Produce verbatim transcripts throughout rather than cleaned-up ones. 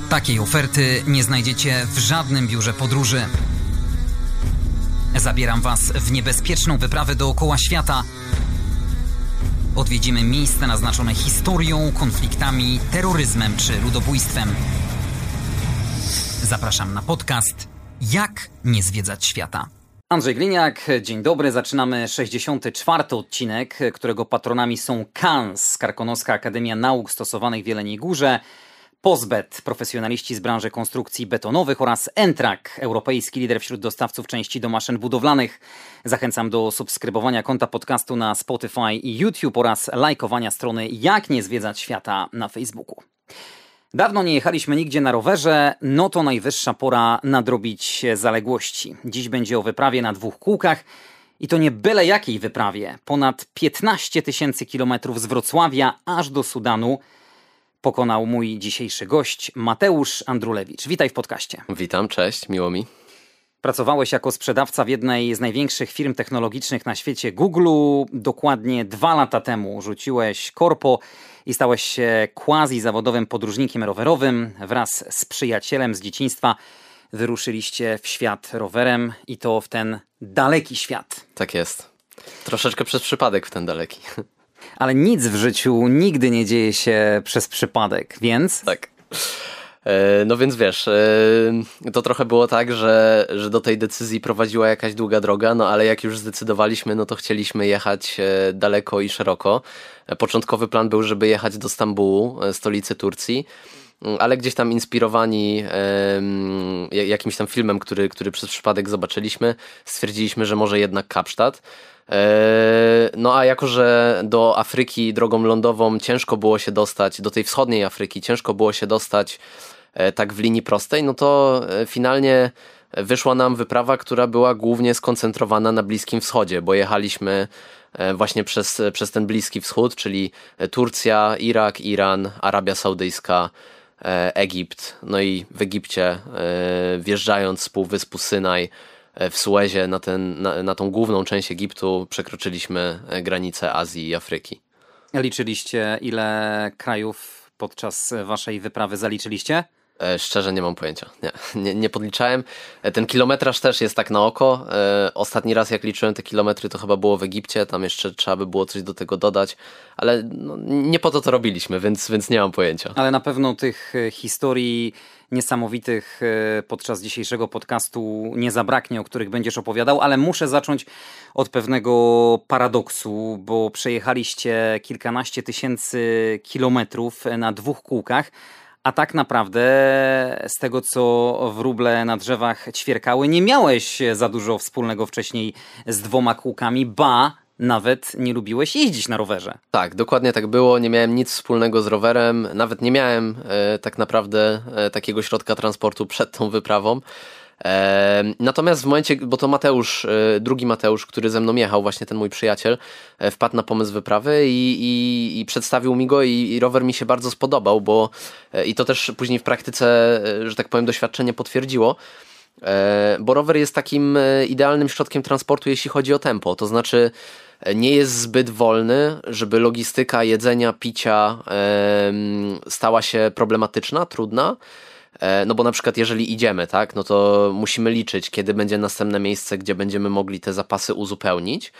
Takiej oferty nie znajdziecie w żadnym biurze podróży. Zabieram Was w niebezpieczną wyprawę dookoła świata. Odwiedzimy miejsca naznaczone historią, konfliktami, terroryzmem czy ludobójstwem. Zapraszam na podcast Jak nie zwiedzać świata. Andrzej Gliniak, dzień dobry. Zaczynamy sześćdziesiąty czwarty odcinek, którego patronami są K A N S, Karkonoska Akademia Nauk Stosowanych w Jeleniej Górze, Pozbet, profesjonaliści z branży konstrukcji betonowych oraz Entrak, europejski lider wśród dostawców części do maszyn budowlanych. Zachęcam do subskrybowania konta podcastu na Spotify i YouTube oraz lajkowania strony Jak nie zwiedzać świata na Facebooku. Dawno nie jechaliśmy nigdzie na rowerze, no to najwyższa pora nadrobić zaległości. Dziś będzie o wyprawie na dwóch kółkach i to nie byle jakiej wyprawie. Ponad piętnaście tysięcy kilometrów z Wrocławia aż do Sudanu pokonał mój dzisiejszy gość, Mateusz Andrulewicz. Witaj w podcaście. Witam, cześć, miło mi. Pracowałeś jako sprzedawca w jednej z największych firm technologicznych na świecie, Google'u. Dokładnie dwa lata temu rzuciłeś korpo i stałeś się quasi-zawodowym podróżnikiem rowerowym. Wraz z przyjacielem z dzieciństwa wyruszyliście w świat rowerem i to w ten daleki świat. Tak jest. Troszeczkę przez przypadek w ten daleki. Ale nic w życiu nigdy nie dzieje się przez przypadek, więc... Tak. No więc wiesz, to trochę było tak, że, że do tej decyzji prowadziła jakaś długa droga, no ale jak już zdecydowaliśmy, no to chcieliśmy jechać daleko i szeroko. Początkowy plan był, żeby jechać do Stambułu, stolicy Turcji, ale gdzieś tam inspirowani jakimś tam filmem, który, który przez przypadek zobaczyliśmy, stwierdziliśmy, że może jednak Kapsztad. No a jako, że do Afryki drogą lądową ciężko było się dostać, do tej wschodniej Afryki ciężko było się dostać tak w linii prostej, no to finalnie wyszła nam wyprawa, która była głównie skoncentrowana na Bliskim Wschodzie, bo jechaliśmy właśnie przez, przez ten Bliski Wschód, czyli Turcja, Irak, Iran, Arabia Saudyjska, Egipt, no i w Egipcie wjeżdżając z półwyspu Synaj w Suezie na, ten, na, na tą główną część Egiptu przekroczyliśmy granicę Azji i Afryki. Liczyliście, ile krajów podczas waszej wyprawy zaliczyliście? E, szczerze nie mam pojęcia. Nie, nie, nie podliczałem. Ten kilometraż też jest tak na oko. E, ostatni raz jak liczyłem te kilometry to chyba było w Egipcie. Tam jeszcze trzeba by było coś do tego dodać. Ale no, nie po to to robiliśmy, więc, więc nie mam pojęcia. Ale na pewno tych historii niesamowitych podczas dzisiejszego podcastu nie zabraknie, o których będziesz opowiadał, ale muszę zacząć od pewnego paradoksu, bo przejechaliście kilkanaście tysięcy kilometrów na dwóch kółkach, a tak naprawdę z tego, co wróble na drzewach ćwierkały, nie miałeś za dużo wspólnego wcześniej z dwoma kółkami, ba, nawet nie lubiłeś jeździć na rowerze. Tak, dokładnie tak było. Nie miałem nic wspólnego z rowerem. Nawet nie miałem e, tak naprawdę e, takiego środka transportu przed tą wyprawą. E, natomiast w momencie, bo to Mateusz, e, drugi Mateusz, który ze mną jechał, właśnie ten mój przyjaciel, e, wpadł na pomysł wyprawy i, i, i przedstawił mi go i, i rower mi się bardzo spodobał, bo e, i to też później w praktyce, e, że tak powiem, doświadczenie potwierdziło. Bo rower jest takim idealnym środkiem transportu, jeśli chodzi o tempo. To znaczy nie jest zbyt wolny, żeby logistyka jedzenia, picia stała się problematyczna, trudna. No bo na przykład jeżeli idziemy, tak, no to musimy liczyć, kiedy będzie następne miejsce, gdzie będziemy mogli te zapasy uzupełnić.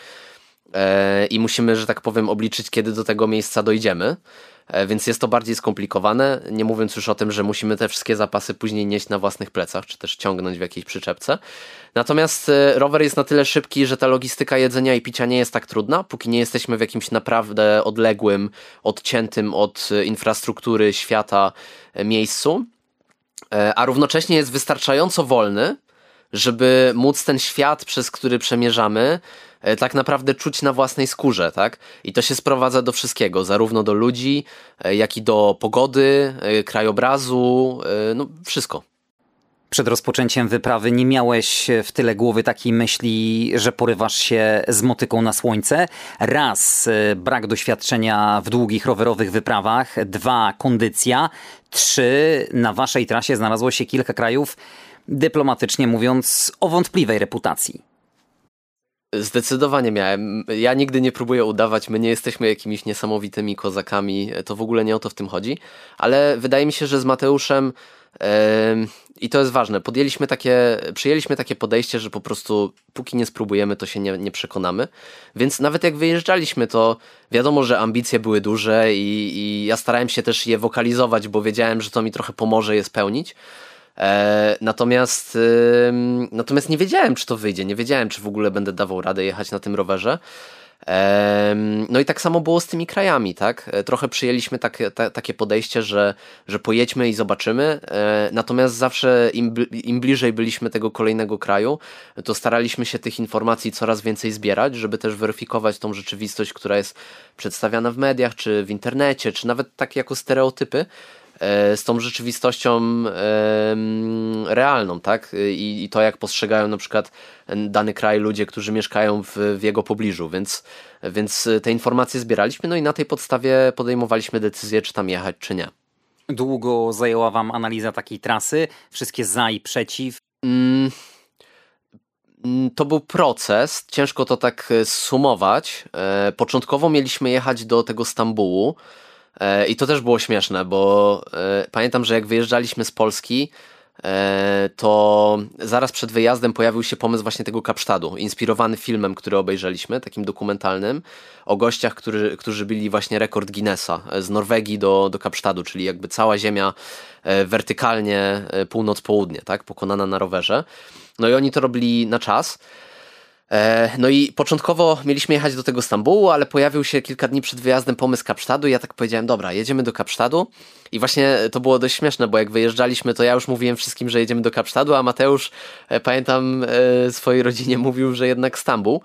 I musimy, że tak powiem, obliczyć, kiedy do tego miejsca dojdziemy. Więc jest to bardziej skomplikowane, nie mówiąc już o tym, że musimy te wszystkie zapasy później nieść na własnych plecach, czy też ciągnąć w jakiejś przyczepce. Natomiast rower jest na tyle szybki, że ta logistyka jedzenia i picia nie jest tak trudna, póki nie jesteśmy w jakimś naprawdę odległym, odciętym od infrastruktury świata miejscu, a równocześnie jest wystarczająco wolny, żeby móc ten świat, przez który przemierzamy, tak naprawdę czuć na własnej skórze, tak? I to się sprowadza do wszystkiego, zarówno do ludzi, jak i do pogody, krajobrazu, no wszystko. Przed rozpoczęciem wyprawy nie miałeś w tyle głowy takiej myśli, że porywasz się z motyką na słońce? Raz, brak doświadczenia w długich rowerowych wyprawach. Dwa, kondycja. Trzy, na waszej trasie znalazło się kilka krajów, dyplomatycznie mówiąc, o wątpliwej reputacji. Zdecydowanie miałem. Ja nigdy nie próbuję udawać, my nie jesteśmy jakimiś niesamowitymi kozakami, to w ogóle nie o to w tym chodzi, ale wydaje mi się, że z Mateuszem I to jest ważne. Podjęliśmy takie, przyjęliśmy takie podejście, że po prostu póki nie spróbujemy, to się nie, nie przekonamy. Więc nawet jak wyjeżdżaliśmy, to wiadomo, że ambicje były duże i, i ja starałem się też je wokalizować, bo wiedziałem, że to mi trochę pomoże je spełnić. E, natomiast, e, natomiast nie wiedziałem, czy to wyjdzie. Nie wiedziałem, czy w ogóle będę dawał radę jechać na tym rowerze. No i tak samo było z tymi krajami, tak? Trochę przyjęliśmy takie, ta, takie podejście, że, że pojedźmy i zobaczymy, natomiast zawsze im, im bliżej byliśmy tego kolejnego kraju, to staraliśmy się tych informacji coraz więcej zbierać, żeby też weryfikować tą rzeczywistość, która jest przedstawiana w mediach, czy w internecie, czy nawet tak jako stereotypy, z tą rzeczywistością realną, tak? I, i to, jak postrzegają na przykład dany kraj ludzie, którzy mieszkają w, w jego pobliżu, więc, więc te informacje zbieraliśmy, no i na tej podstawie podejmowaliśmy decyzję, czy tam jechać, czy nie. Długo zajęła wam analiza takiej trasy? Wszystkie za i przeciw? Mm, to był proces, ciężko to tak sumować. Początkowo mieliśmy jechać do tego Stambułu, i to też było śmieszne, bo e, pamiętam, że jak wyjeżdżaliśmy z Polski, e, to zaraz przed wyjazdem pojawił się pomysł właśnie tego Kapsztadu, inspirowany filmem, który obejrzeliśmy, takim dokumentalnym, o gościach, którzy, którzy byli właśnie rekord Guinnessa z Norwegii do, do Kapsztadu, czyli jakby cała ziemia e, wertykalnie e, północ-południe, tak, pokonana na rowerze. No i oni to robili na czas. No i początkowo mieliśmy jechać do tego Stambułu, ale pojawił się kilka dni przed wyjazdem pomysł Kapsztadu i ja tak powiedziałem, dobra, jedziemy do Kapsztadu i właśnie to było dość śmieszne, bo jak wyjeżdżaliśmy, to ja już mówiłem wszystkim, że jedziemy do Kapsztadu, a Mateusz, pamiętam, swojej rodzinie mówił, że jednak Stambuł.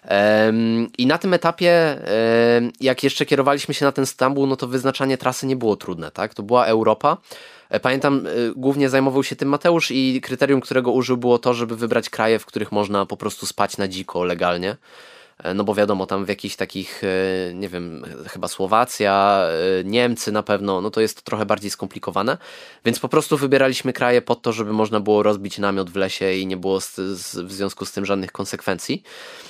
I na tym etapie, jak jeszcze kierowaliśmy się na ten Stambuł, no to wyznaczanie trasy nie było trudne, tak? To była Europa. Pamiętam, głównie zajmował się tym Mateusz i kryterium, którego użył, było to, żeby wybrać kraje, w których można po prostu spać na dziko legalnie. No bo wiadomo, tam w jakichś takich, nie wiem, chyba Słowacja, Niemcy na pewno, no to jest to trochę bardziej skomplikowane. Więc po prostu wybieraliśmy kraje pod to, żeby można było rozbić namiot w lesie i nie było z, z, w związku z tym żadnych konsekwencji.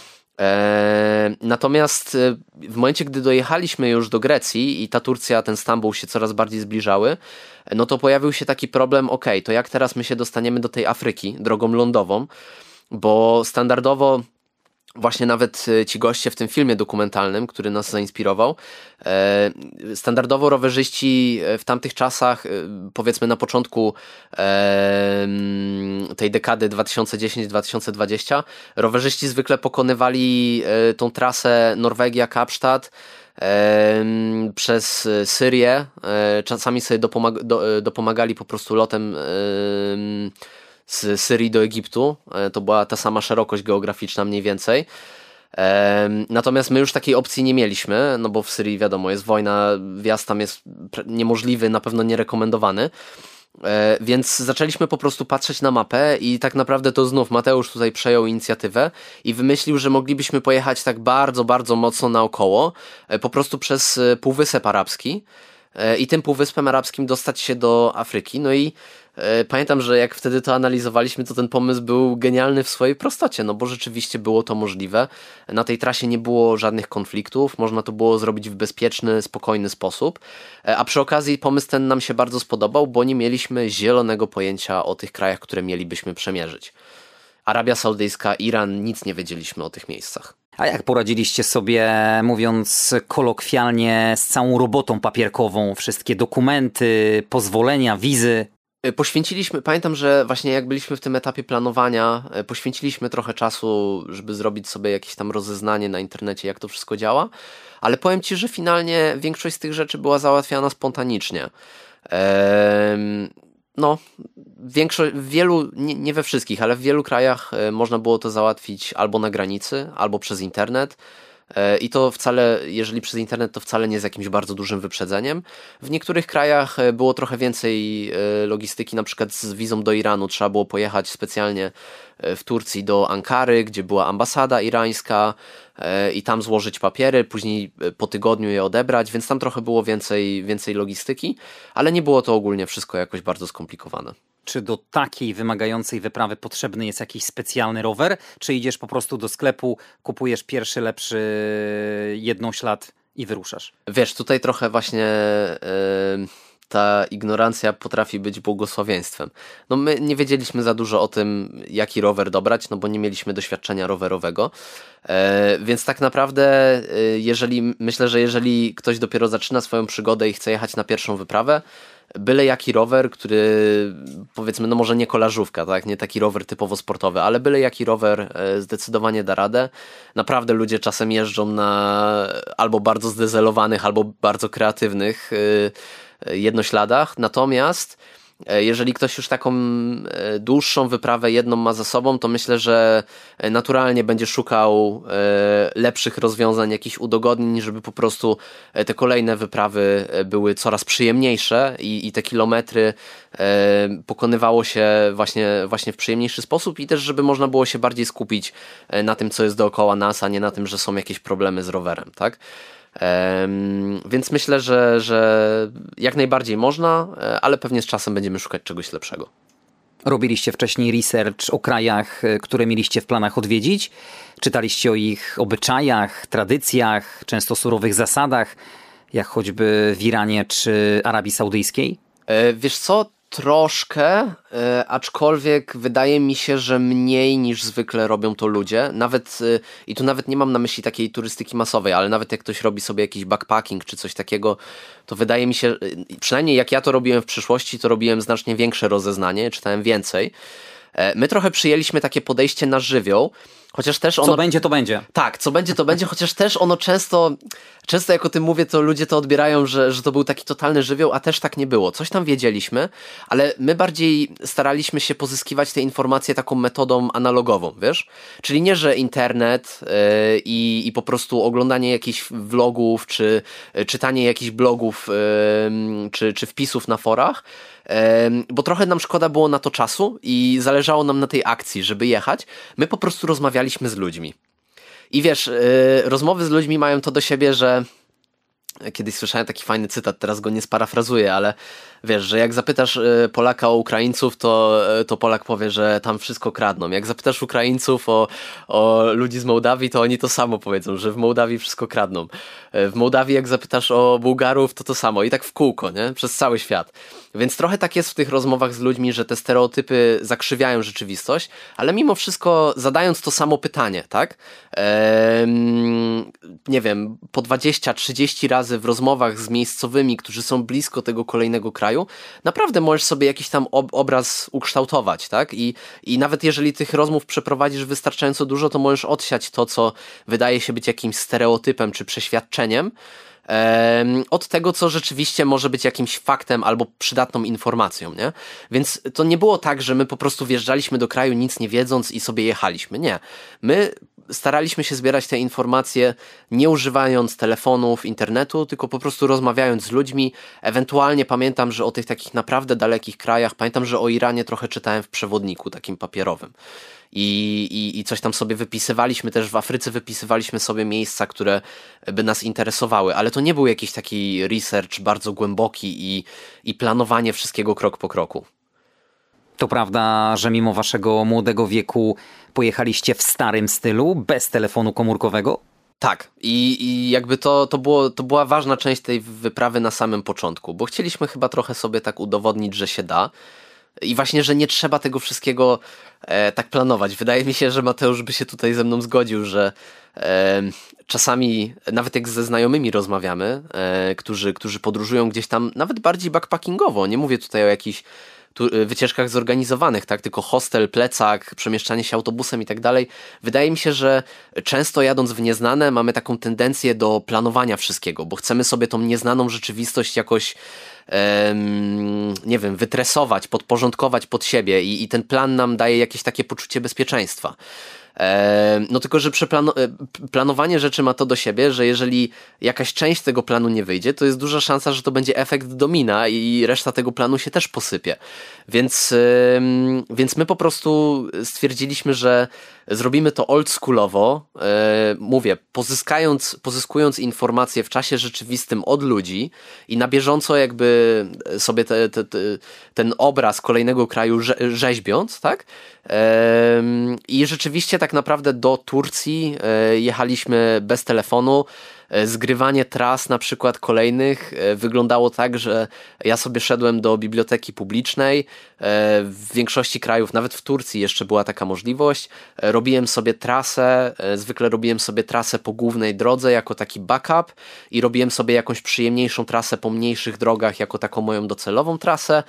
E, natomiast w momencie, gdy dojechaliśmy już do Grecji i ta Turcja, ten Stambuł się coraz bardziej zbliżały, no to pojawił się taki problem, ok, to jak teraz my się dostaniemy do tej Afryki drogą lądową, bo standardowo właśnie nawet ci goście w tym filmie dokumentalnym, który nas zainspirował, standardowo rowerzyści w tamtych czasach, powiedzmy na początku tej dekady dwa tysiące dziesiąty do dwa tysiące dwudziestego, rowerzyści zwykle pokonywali tą trasę Norwegia-Kapsztad przez Syrię, czasami sobie dopomag- do, dopomagali po prostu lotem z Syrii do Egiptu, to była ta sama szerokość geograficzna mniej więcej. Natomiast my już takiej opcji nie mieliśmy, no bo w Syrii wiadomo, jest wojna, wjazd tam jest niemożliwy, na pewno nierekomendowany. Więc zaczęliśmy po prostu patrzeć na mapę i tak naprawdę to znów Mateusz tutaj przejął inicjatywę i wymyślił, że moglibyśmy pojechać tak bardzo, bardzo mocno naokoło, po prostu przez Półwysep Arabski i tym Półwyspem Arabskim dostać się do Afryki. No i e, pamiętam, że jak wtedy to analizowaliśmy, to ten pomysł był genialny w swojej prostocie, no bo rzeczywiście było to możliwe. Na tej trasie nie było żadnych konfliktów, można to było zrobić w bezpieczny, spokojny sposób, e, a przy okazji pomysł ten nam się bardzo spodobał, bo nie mieliśmy zielonego pojęcia o tych krajach, które mielibyśmy przemierzyć. Arabia Saudyjska, Iran, nic nie wiedzieliśmy o tych miejscach. A jak poradziliście sobie, mówiąc kolokwialnie, z całą robotą papierkową? Wszystkie dokumenty, pozwolenia, wizy? Poświęciliśmy, pamiętam, że właśnie jak byliśmy w tym etapie planowania, poświęciliśmy trochę czasu, żeby zrobić sobie jakieś tam rozeznanie na internecie, jak to wszystko działa, ale powiem Ci, że finalnie większość z tych rzeczy była załatwiana spontanicznie. Eee, no, większość, w wielu, nie, nie we wszystkich, ale w wielu krajach można było to załatwić albo na granicy, albo przez internet. I to wcale, jeżeli przez internet, to wcale nie z jakimś bardzo dużym wyprzedzeniem. W niektórych krajach było trochę więcej logistyki, na przykład z wizą do Iranu trzeba było pojechać specjalnie w Turcji do Ankary, gdzie była ambasada irańska i tam złożyć papiery, później po tygodniu je odebrać, więc tam trochę było więcej, więcej logistyki, ale nie było to ogólnie wszystko jakoś bardzo skomplikowane. Czy do takiej wymagającej wyprawy potrzebny jest jakiś specjalny rower? Czy idziesz po prostu do sklepu, kupujesz pierwszy, lepszy jednoślad i wyruszasz? Wiesz, tutaj trochę właśnie ta ignorancja potrafi być błogosławieństwem. No my nie wiedzieliśmy za dużo o tym, jaki rower dobrać, no bo nie mieliśmy doświadczenia rowerowego, e, więc tak naprawdę e, jeżeli, myślę, że jeżeli ktoś dopiero zaczyna swoją przygodę i chce jechać na pierwszą wyprawę, byle jaki rower, który powiedzmy, no może nie kolażówka, tak, nie taki rower typowo sportowy, ale byle jaki rower zdecydowanie da radę. Naprawdę ludzie czasem jeżdżą na albo bardzo zdezelowanych, albo bardzo kreatywnych jednośladach, natomiast jeżeli ktoś już taką dłuższą wyprawę jedną ma za sobą, to myślę, że naturalnie będzie szukał lepszych rozwiązań, jakichś udogodnień, żeby po prostu te kolejne wyprawy były coraz przyjemniejsze i, i te kilometry pokonywało się właśnie, właśnie w przyjemniejszy sposób i też, żeby można było się bardziej skupić na tym, co jest dookoła nas, a nie na tym, że są jakieś problemy z rowerem, tak? Um, więc myślę, że, że jak najbardziej można, ale pewnie z czasem będziemy szukać czegoś lepszego. Robiliście wcześniej research o krajach, które mieliście w planach odwiedzić? Czytaliście o ich obyczajach, tradycjach, często surowych zasadach, jak choćby w Iranie czy Arabii Saudyjskiej? E, wiesz co? Troszkę, e, aczkolwiek wydaje mi się, że mniej niż zwykle robią to ludzie. Nawet, e, i tu nawet nie mam na myśli takiej turystyki masowej, ale nawet jak ktoś robi sobie jakiś backpacking czy coś takiego, to wydaje mi się, e, przynajmniej jak ja to robiłem w przyszłości, to robiłem znacznie większe rozeznanie, czytałem więcej. E, my trochę przyjęliśmy takie podejście na żywioł, chociaż też ono... Co będzie, to będzie. Tak, co będzie, to będzie, chociaż też ono często, często jak o tym mówię, to ludzie to odbierają, że, że to był taki totalny żywioł, a też tak nie było. Coś tam wiedzieliśmy, ale my bardziej staraliśmy się pozyskiwać te informacje taką metodą analogową, wiesz? Czyli nie, że internet yy, i, i po prostu oglądanie jakichś vlogów, czy yy, czytanie jakichś blogów, yy, czy, czy wpisów na forach, bo trochę nam szkoda było na to czasu i zależało nam na tej akcji, żeby jechać. My po prostu rozmawialiśmy z ludźmi. I wiesz, rozmowy z ludźmi mają to do siebie, że kiedyś słyszałem taki fajny cytat, teraz go nie sparafrazuję, ale wiesz, że jak zapytasz Polaka o Ukraińców, to, to Polak powie, że tam wszystko kradną. Jak zapytasz Ukraińców o, o ludzi z Mołdawii, to oni to samo powiedzą, że w Mołdawii wszystko kradną. W Mołdawii jak zapytasz o Bułgarów, to to samo. I tak w kółko, nie? Przez cały świat. Więc trochę tak jest w tych rozmowach z ludźmi, że te stereotypy zakrzywiają rzeczywistość, ale mimo wszystko zadając to samo pytanie, tak? Ehm, nie wiem, po dwadzieścia trzydzieści razy w rozmowach z miejscowymi, którzy są blisko tego kolejnego kraju, naprawdę możesz sobie jakiś tam ob- obraz ukształtować, tak? I, I nawet jeżeli tych rozmów przeprowadzisz wystarczająco dużo, to możesz odsiać to, co wydaje się być jakimś stereotypem czy przeświadczeniem, od tego, co rzeczywiście może być jakimś faktem albo przydatną informacją, nie? Więc to nie było tak, że my po prostu wjeżdżaliśmy do kraju nic nie wiedząc i sobie jechaliśmy. Nie. My staraliśmy się zbierać te informacje nie używając telefonów, internetu, tylko po prostu rozmawiając z ludźmi. Ewentualnie pamiętam, że o tych takich naprawdę dalekich krajach, pamiętam, że o Iranie trochę czytałem w przewodniku takim papierowym. I, i, i coś tam sobie wypisywaliśmy, też w Afryce wypisywaliśmy sobie miejsca, które by nas interesowały, ale to nie był jakiś taki research bardzo głęboki i, i planowanie wszystkiego krok po kroku. To prawda, że mimo waszego młodego wieku pojechaliście w starym stylu, bez telefonu komórkowego? Tak, i, i jakby to, to, było, to była ważna część tej wyprawy na samym początku, bo chcieliśmy chyba trochę sobie tak udowodnić, że się da. I właśnie, że nie trzeba tego wszystkiego e, tak planować. Wydaje mi się, że Mateusz by się tutaj ze mną zgodził, że e, czasami, nawet jak ze znajomymi rozmawiamy, e, którzy, którzy podróżują gdzieś tam, nawet bardziej backpackingowo, nie mówię tutaj o jakichś tu, wycieczkach zorganizowanych, tak, tylko hostel, plecak, przemieszczanie się autobusem i tak dalej. Wydaje mi się, że często jadąc w nieznane mamy taką tendencję do planowania wszystkiego, bo chcemy sobie tą nieznaną rzeczywistość jakoś Um, nie wiem, wytresować, podporządkować pod siebie i, i ten plan nam daje jakieś takie poczucie bezpieczeństwa. Um, no tylko, że przeplano- planowanie rzeczy ma to do siebie, że jeżeli jakaś część tego planu nie wyjdzie, to jest duża szansa, że to będzie efekt domina i reszta tego planu się też posypie. Więc, um, więc my po prostu stwierdziliśmy, że zrobimy to oldschoolowo, e, mówię, pozyskając, pozyskując informacje w czasie rzeczywistym od ludzi i na bieżąco jakby sobie te, te, te, ten obraz kolejnego kraju rze, rzeźbiąc, tak? E, I rzeczywiście tak naprawdę do Turcji e, jechaliśmy bez telefonu. Zgrywanie tras na przykład kolejnych wyglądało tak, że ja sobie szedłem do biblioteki publicznej, w większości krajów, nawet w Turcji jeszcze była taka możliwość, robiłem sobie trasę, zwykle robiłem sobie trasę po głównej drodze jako taki backup i robiłem sobie jakąś przyjemniejszą trasę po mniejszych drogach jako taką moją docelową trasę.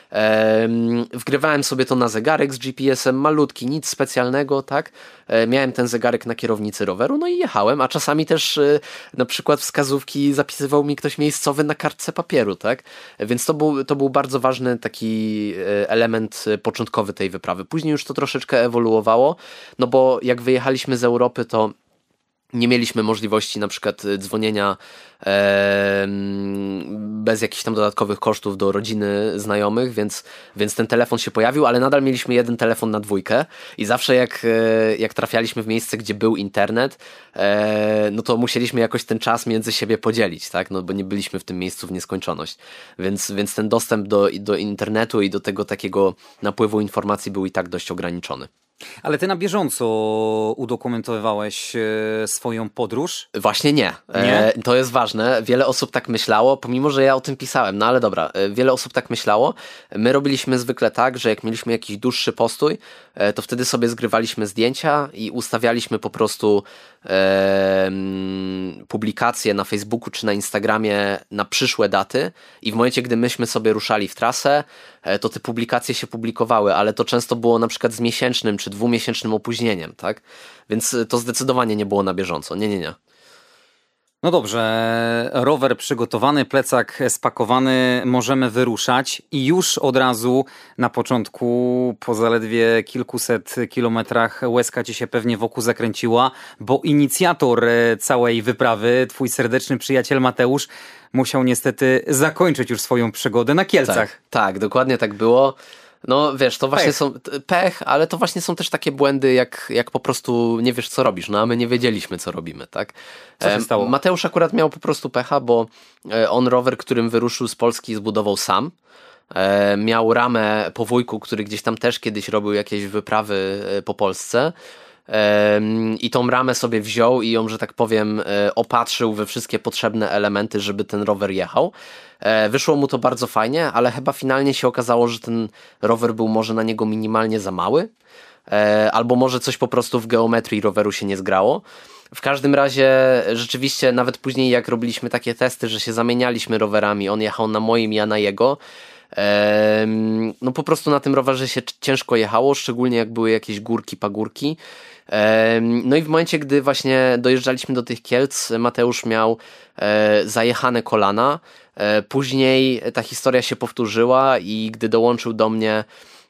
Wgrywałem sobie to na zegarek z G P S-em, malutki, nic specjalnego, tak? Miałem ten zegarek na kierownicy roweru, no i jechałem, a czasami też na przykład wskazówki zapisywał mi ktoś miejscowy na kartce papieru, tak? Więc to był, to był bardzo ważny taki element początkowy tej wyprawy. Później już to troszeczkę ewoluowało, no bo jak wyjechaliśmy z Europy, to nie mieliśmy możliwości na przykład dzwonienia e, bez jakichś tam dodatkowych kosztów do rodziny, znajomych, więc, więc ten telefon się pojawił, ale nadal mieliśmy jeden telefon na dwójkę i zawsze jak, jak trafialiśmy w miejsce, gdzie był internet, e, no to musieliśmy jakoś ten czas między siebie podzielić, tak? No bo nie byliśmy w tym miejscu w nieskończoność, więc, więc ten dostęp do, do internetu i do tego takiego napływu informacji był i tak dość ograniczony. Ale ty na bieżąco udokumentowywałeś swoją podróż? Właśnie nie. nie? E, to jest ważne. Wiele osób tak myślało, pomimo że ja o tym pisałem, no ale dobra, wiele osób tak myślało. My robiliśmy zwykle tak, że jak mieliśmy jakiś dłuższy postój, to wtedy sobie zgrywaliśmy zdjęcia i ustawialiśmy po prostu e, publikacje na Facebooku czy na Instagramie na przyszłe daty i w momencie, gdy myśmy sobie ruszali w trasę, to te publikacje się publikowały, ale to często było na przykład z miesięcznym czy dwumiesięcznym opóźnieniem, tak? Więc to zdecydowanie nie było na bieżąco. Nie, nie, nie. No dobrze, rower przygotowany, plecak spakowany, możemy wyruszać i już od razu na początku, po zaledwie kilkuset kilometrach, łezka ci się pewnie wokół zakręciła, bo inicjator całej wyprawy, twój serdeczny przyjaciel Mateusz, musiał niestety zakończyć już swoją przygodę na Kielcach. Tak, tak, dokładnie tak było. No wiesz, to właśnie pech. są pech, ale to właśnie są też takie błędy, jak, jak po prostu nie wiesz co robisz, no a my nie wiedzieliśmy co robimy, tak? Co się stało? Mateusz akurat miał po prostu pecha, bo on rower, którym wyruszył z Polski, zbudował sam. Miał ramę po wujku, który gdzieś tam też kiedyś robił jakieś wyprawy po Polsce. I tą ramę sobie wziął i ją, że tak powiem, opatrzył we wszystkie potrzebne elementy, żeby ten rower jechał. Wyszło mu to bardzo fajnie, ale chyba finalnie się okazało, że ten rower był może na niego minimalnie za mały, albo może coś po prostu w geometrii roweru się nie zgrało. W każdym razie rzeczywiście nawet później jak robiliśmy takie testy, że się zamienialiśmy rowerami, on jechał na moim, ja na jego, no po prostu na tym rowerze się ciężko jechało, szczególnie jak były jakieś górki, pagórki. No i w momencie, gdy właśnie dojeżdżaliśmy do tych Kielc, Mateusz miał zajechane kolana. Później ta historia się powtórzyła i gdy dołączył do mnie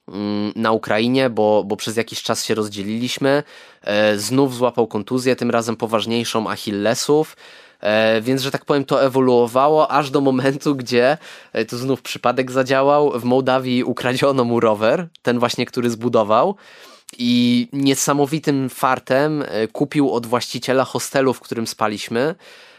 na Ukrainie, bo, bo przez jakiś czas się rozdzieliliśmy, znów złapał kontuzję, tym razem poważniejszą Achillesów. Więc, że tak powiem, to ewoluowało aż do momentu, gdzie tu znów przypadek zadziałał. W Mołdawii ukradziono mu rower, ten właśnie, który zbudował. I niesamowitym fartem kupił od właściciela hostelu, w którym spaliśmy,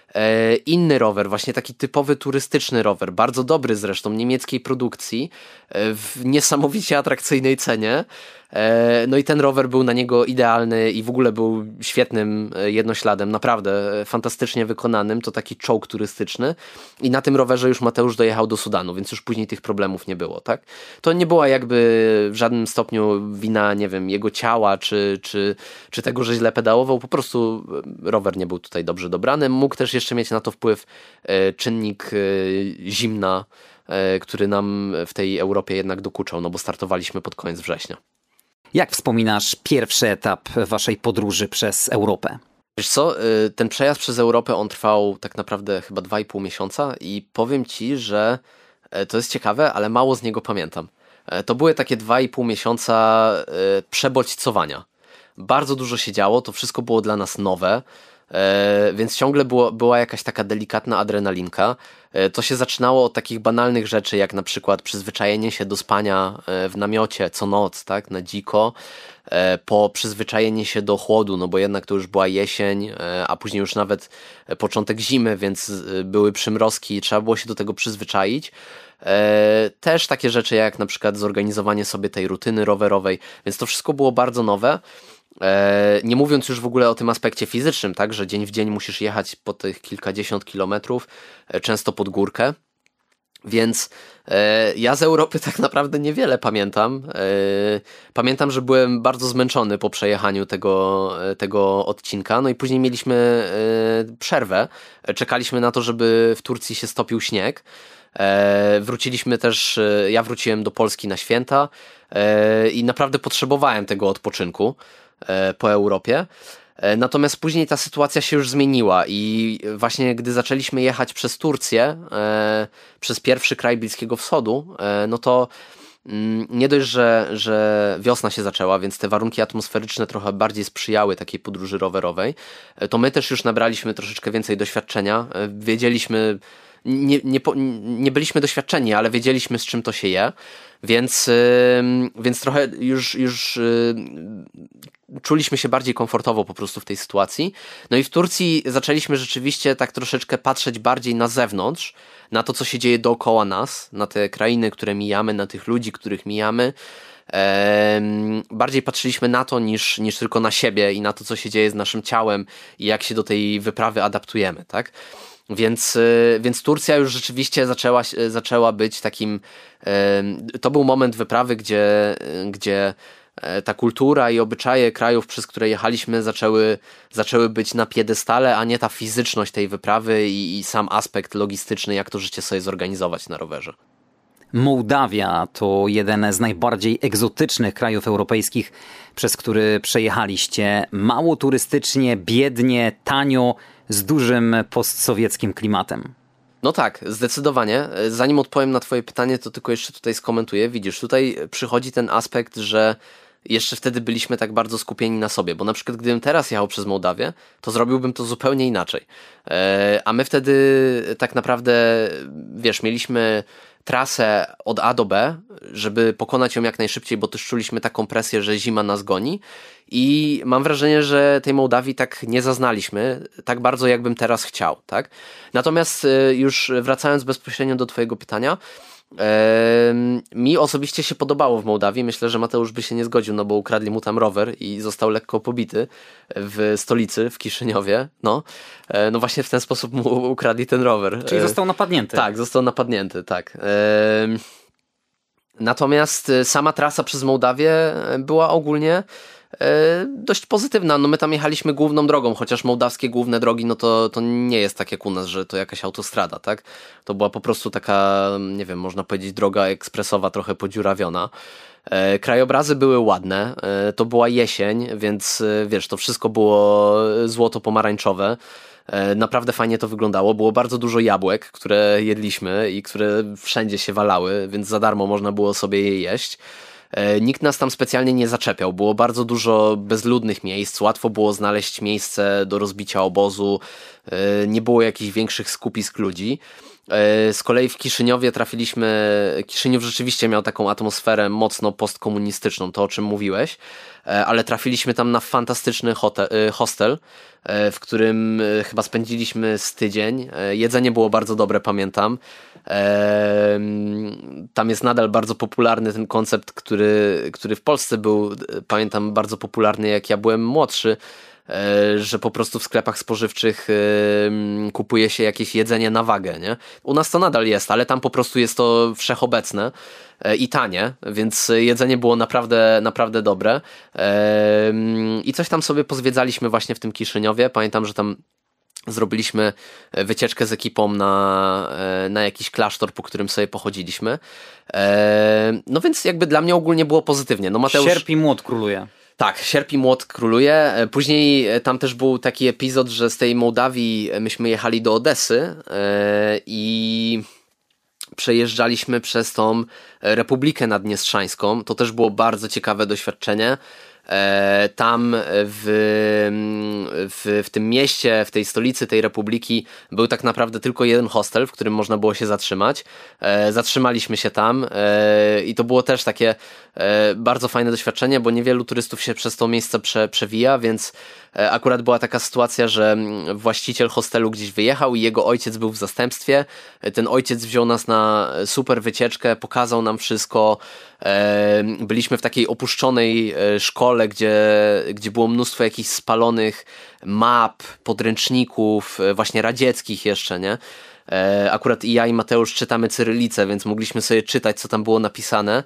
inny rower, właśnie taki typowy turystyczny rower, bardzo dobry zresztą, niemieckiej produkcji, w niesamowicie atrakcyjnej cenie. No i ten rower był na niego idealny i w ogóle był świetnym jednośladem, naprawdę fantastycznie wykonanym, to taki czołg turystyczny i na tym rowerze już Mateusz dojechał do Sudanu, więc już później tych problemów nie było, tak? To nie była jakby w żadnym stopniu wina, nie wiem, jego ciała, czy, czy, czy tego, że źle pedałował, po prostu rower nie był tutaj dobrze dobrany, mógł też jeszcze mieć na to wpływ czynnik zimna, który nam w tej Europie jednak dokuczał, no bo startowaliśmy pod koniec września. Jak wspominasz pierwszy etap waszej podróży przez Europę? Wiesz co, ten przejazd przez Europę on trwał tak naprawdę chyba dwa i pół miesiąca i powiem ci, że to jest ciekawe, ale mało z niego pamiętam. To były takie dwa i pół miesiąca przebodźcowania. Bardzo dużo się działo, to wszystko było dla nas nowe, więc ciągle było, była jakaś taka delikatna adrenalinka. To się zaczynało od takich banalnych rzeczy, jak na przykład przyzwyczajenie się do spania w namiocie co noc, tak, na dziko, po przyzwyczajenie się do chłodu, no bo jednak to już była jesień, a później już nawet początek zimy, więc były przymrozki i trzeba było się do tego przyzwyczaić. Też takie rzeczy jak na przykład zorganizowanie sobie tej rutyny rowerowej, więc to wszystko było bardzo nowe. Nie mówiąc już w ogóle o tym aspekcie fizycznym, tak, że dzień w dzień musisz jechać po tych kilkadziesiąt kilometrów, często pod górkę. Więc e, ja z Europy tak naprawdę niewiele pamiętam. E, pamiętam, że byłem bardzo zmęczony po przejechaniu tego, tego odcinka. No i później mieliśmy e, przerwę. Czekaliśmy na to, żeby w Turcji się stopił śnieg. E, wróciliśmy też, e, ja wróciłem do Polski na święta e, i naprawdę potrzebowałem tego odpoczynku e, po Europie. Natomiast później ta sytuacja się już zmieniła i właśnie gdy zaczęliśmy jechać przez Turcję, e, przez pierwszy kraj Bliskiego Wschodu, e, no to mm, nie dość, że, że wiosna się zaczęła, więc te warunki atmosferyczne trochę bardziej sprzyjały takiej podróży rowerowej, e, to my też już nabraliśmy troszeczkę więcej doświadczenia, e, wiedzieliśmy, nie, nie, nie byliśmy doświadczeni, ale wiedzieliśmy, z czym to się je, więc, yy, więc trochę już, już yy, czuliśmy się bardziej komfortowo po prostu w tej sytuacji. No i w Turcji zaczęliśmy rzeczywiście tak troszeczkę patrzeć bardziej na zewnątrz, na to, co się dzieje dookoła nas, na te krainy, które mijamy, na tych ludzi, których mijamy. Ehm, bardziej patrzyliśmy na to niż, niż tylko na siebie i na to, co się dzieje z naszym ciałem i jak się do tej wyprawy adaptujemy, tak? Więc, więc Turcja już rzeczywiście zaczęła, zaczęła być takim, to był moment wyprawy, gdzie, gdzie ta kultura i obyczaje krajów, przez które jechaliśmy, zaczęły, zaczęły być na piedestale, a nie ta fizyczność tej wyprawy i, i sam aspekt logistyczny, jak to życie sobie zorganizować na rowerze. Mołdawia to jeden z najbardziej egzotycznych krajów europejskich, przez który przejechaliście. Mało turystycznie, biednie, tanio, z dużym postsowieckim klimatem. No tak, zdecydowanie. Zanim odpowiem na twoje pytanie, to tylko jeszcze tutaj skomentuję. Widzisz, tutaj przychodzi ten aspekt, że jeszcze wtedy byliśmy tak bardzo skupieni na sobie, bo na przykład gdybym teraz jechał przez Mołdawię, to zrobiłbym to zupełnie inaczej. A my wtedy tak naprawdę, wiesz, mieliśmy trasę od A do B, żeby pokonać ją jak najszybciej, bo też czuliśmy taką presję, że zima nas goni i mam wrażenie, że tej Mołdawii tak nie zaznaliśmy, tak bardzo jakbym teraz chciał, tak? Natomiast już wracając bezpośrednio do twojego pytania, Eee, mi osobiście się podobało w Mołdawii. Myślę, że Mateusz by się nie zgodził, no bo ukradli mu tam rower i został lekko pobity w stolicy, w Kiszyniowie. No, eee, no właśnie w ten sposób mu ukradli ten rower. Czyli został napadnięty. Tak, został napadnięty, tak. Eee, natomiast sama trasa przez Mołdawię była ogólnie dość pozytywna. No my tam jechaliśmy główną drogą, chociaż mołdawskie główne drogi, no to, to nie jest tak jak u nas, że to jakaś autostrada, tak? To była po prostu taka, nie wiem, można powiedzieć droga ekspresowa, trochę podziurawiona. E, krajobrazy były ładne, e, to była jesień, więc e, wiesz, to wszystko było złoto-pomarańczowe. E, naprawdę fajnie to wyglądało. Było bardzo dużo jabłek, które jedliśmy i które wszędzie się walały, więc za darmo można było sobie je jeść. Nikt nas tam specjalnie nie zaczepiał, było bardzo dużo bezludnych miejsc, łatwo było znaleźć miejsce do rozbicia obozu, nie było jakichś większych skupisk ludzi. Z kolei w Kiszyniowie trafiliśmy, Kiszyniów rzeczywiście miał taką atmosferę mocno postkomunistyczną, to o czym mówiłeś, ale trafiliśmy tam na fantastyczny hotel, hostel, w którym chyba spędziliśmy z tydzień. Jedzenie było bardzo dobre, pamiętam. Tam jest nadal bardzo popularny ten koncept, który, który w Polsce był, pamiętam, bardzo popularny, jak ja byłem młodszy, że po prostu w sklepach spożywczych kupuje się jakieś jedzenie na wagę, nie? U nas to nadal jest, ale tam po prostu jest to wszechobecne i tanie, więc jedzenie było naprawdę, naprawdę dobre. I coś tam sobie pozwiedzaliśmy właśnie w tym Kiszyniowie. Pamiętam, że tam zrobiliśmy wycieczkę z ekipą na, na jakiś klasztor, po którym sobie pochodziliśmy. No więc jakby dla mnie ogólnie było pozytywnie. No Mateusz... Sierp i młot króluje. Tak, sierp i młot króluje. Później tam też był taki epizod, że z tej Mołdawii myśmy jechali do Odessy i przejeżdżaliśmy przez tą Republikę Naddniestrzańską. To też było bardzo ciekawe doświadczenie. Tam w, w, w tym mieście, w tej stolicy tej republiki był tak naprawdę tylko jeden hostel, w którym można było się zatrzymać. Zatrzymaliśmy się tam i to było też takie bardzo fajne doświadczenie, bo niewielu turystów się przez to miejsce prze, przewija, więc akurat była taka sytuacja, że właściciel hostelu gdzieś wyjechał i jego ojciec był w zastępstwie. Ten ojciec wziął nas na super wycieczkę, pokazał nam wszystko. Byliśmy w takiej opuszczonej szkole szkole, gdzie, gdzie było mnóstwo jakichś spalonych map, podręczników, właśnie radzieckich jeszcze, nie? Akurat i ja i Mateusz czytamy cyrylicę, więc mogliśmy sobie czytać, co tam było napisane.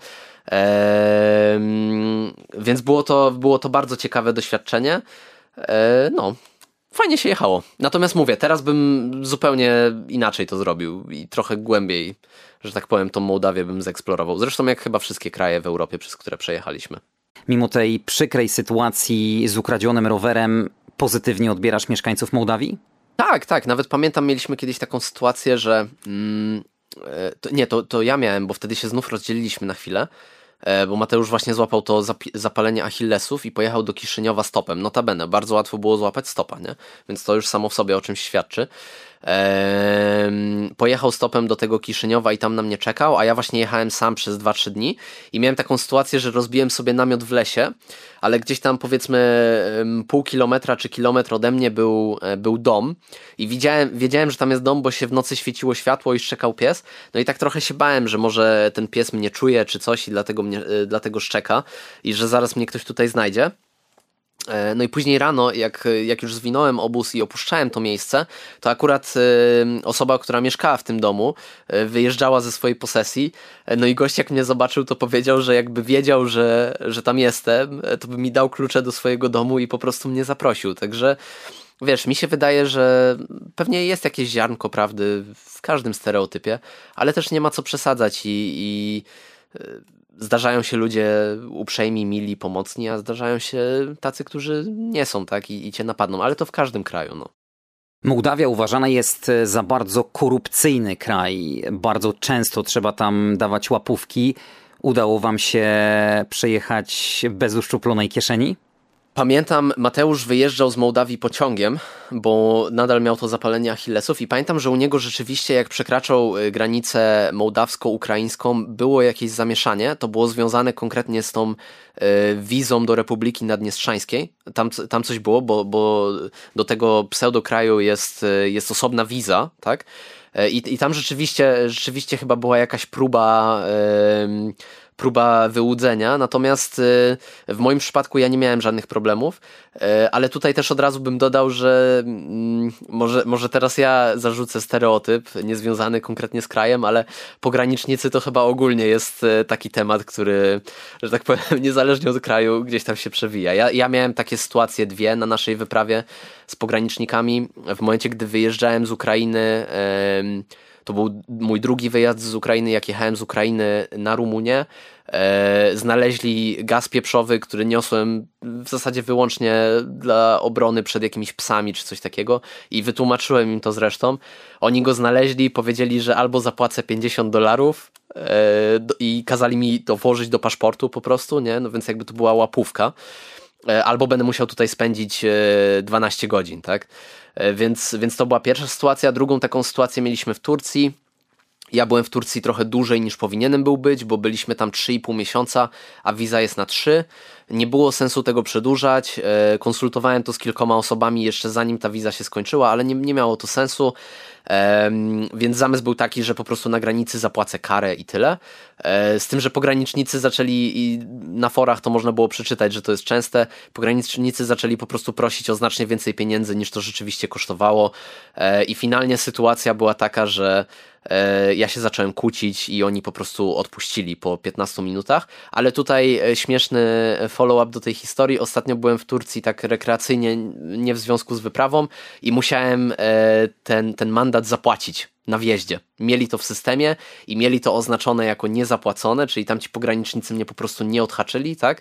Więc było to, było to bardzo ciekawe doświadczenie. No, fajnie się jechało. Natomiast mówię, teraz bym zupełnie inaczej to zrobił i trochę głębiej, że tak powiem, tą Mołdawię bym zeksplorował. Zresztą jak chyba wszystkie kraje w Europie, przez które przejechaliśmy. Mimo tej przykrej sytuacji z ukradzionym rowerem, pozytywnie odbierasz mieszkańców Mołdawii? Tak, tak. Nawet pamiętam, mieliśmy kiedyś taką sytuację, że mm, to, nie, to, to ja miałem, bo wtedy się znów rozdzieliliśmy na chwilę, bo Mateusz właśnie złapał to zapalenie achillesów i pojechał do Kiszyniowa stopem. Notabene, bardzo łatwo było złapać stopa, nie? Więc to już samo w sobie o czymś świadczy. Eee, pojechał stopem do tego Kiszyniowa i tam na mnie czekał, a ja właśnie jechałem sam przez dwa trzy dni i miałem taką sytuację, że rozbiłem sobie namiot w lesie, ale gdzieś tam powiedzmy pół kilometra czy kilometr ode mnie był, był dom i widziałem, wiedziałem, że tam jest dom, bo się w nocy świeciło światło i szczekał pies, no i tak trochę się bałem, że może ten pies mnie czuje czy coś i dlatego, mnie, dlatego szczeka i że zaraz mnie ktoś tutaj znajdzie. No i później rano, jak, jak już zwinąłem obóz i opuszczałem to miejsce, to akurat y, osoba, która mieszkała w tym domu, y, wyjeżdżała ze swojej posesji. No i gość jak mnie zobaczył, to powiedział, że jakby wiedział, że, że tam jestem, to by mi dał klucze do swojego domu i po prostu mnie zaprosił. Także wiesz, mi się wydaje, że pewnie jest jakieś ziarnko prawdy w każdym stereotypie, ale też nie ma co przesadzać i... i y, zdarzają się ludzie uprzejmi, mili, pomocni, a zdarzają się tacy, którzy nie są, tak, i, i cię napadną, ale to w każdym kraju, no. Mołdawia uważana jest za bardzo korupcyjny kraj. Bardzo często trzeba tam dawać łapówki. Udało wam się przejechać bez uszczuplonej kieszeni? Pamiętam, Mateusz wyjeżdżał z Mołdawii pociągiem, bo nadal miał to zapalenie achillesów i pamiętam, że u niego rzeczywiście jak przekraczał granicę mołdawsko-ukraińską było jakieś zamieszanie. To było związane konkretnie z tą y, wizą do Republiki Naddniestrzańskiej. Tam, tam coś było, bo, bo do tego pseudokraju jest, jest osobna wiza, tak? I, i tam rzeczywiście, rzeczywiście chyba była jakaś próba... Y, próba wyłudzenia, natomiast w moim przypadku ja nie miałem żadnych problemów, ale tutaj też od razu bym dodał, że może, może teraz ja zarzucę stereotyp niezwiązany konkretnie z krajem, ale pogranicznicy to chyba ogólnie jest taki temat, który, że tak powiem, niezależnie od kraju gdzieś tam się przewija. Ja, ja miałem takie sytuacje dwie na naszej wyprawie z pogranicznikami. W momencie, gdy wyjeżdżałem z Ukrainy, to był mój drugi wyjazd z Ukrainy, jak jechałem z Ukrainy na Rumunię. E, znaleźli gaz pieprzowy, który niosłem w zasadzie wyłącznie dla obrony przed jakimiś psami czy coś takiego i wytłumaczyłem im to zresztą. Oni go znaleźli, powiedzieli, że albo zapłacę pięćdziesiąt dolarów e, do, i kazali mi to włożyć do paszportu po prostu, nie? No więc jakby to była łapówka. E, albo będę musiał tutaj spędzić e, dwanaście godzin, tak? Więc, więc to była pierwsza sytuacja. Drugą taką sytuację mieliśmy w Turcji. Ja byłem w Turcji trochę dłużej niż powinienem był być, bo byliśmy tam trzy i pół miesiąca, a wiza jest na trzy. Nie było sensu tego przedłużać. Konsultowałem to z kilkoma osobami jeszcze zanim ta wiza się skończyła, ale nie, nie miało to sensu. Um, więc zamysł był taki, że po prostu na granicy zapłacę karę i tyle. E, z tym, że pogranicznicy zaczęli i na forach to można było przeczytać, że to jest częste. Pogranicznicy zaczęli po prostu prosić o znacznie więcej pieniędzy niż to rzeczywiście kosztowało. E, I finalnie sytuacja była taka, że e, ja się zacząłem kłócić i oni po prostu odpuścili po piętnastu minutach. Ale tutaj śmieszny follow-up do tej historii. Ostatnio byłem w Turcji tak rekreacyjnie, nie w związku z wyprawą i musiałem e, ten, ten mandat zapłacić na wjeździe. Mieli to w systemie i mieli to oznaczone jako niezapłacone, czyli tam ci pogranicznicy mnie po prostu nie odhaczyli, tak?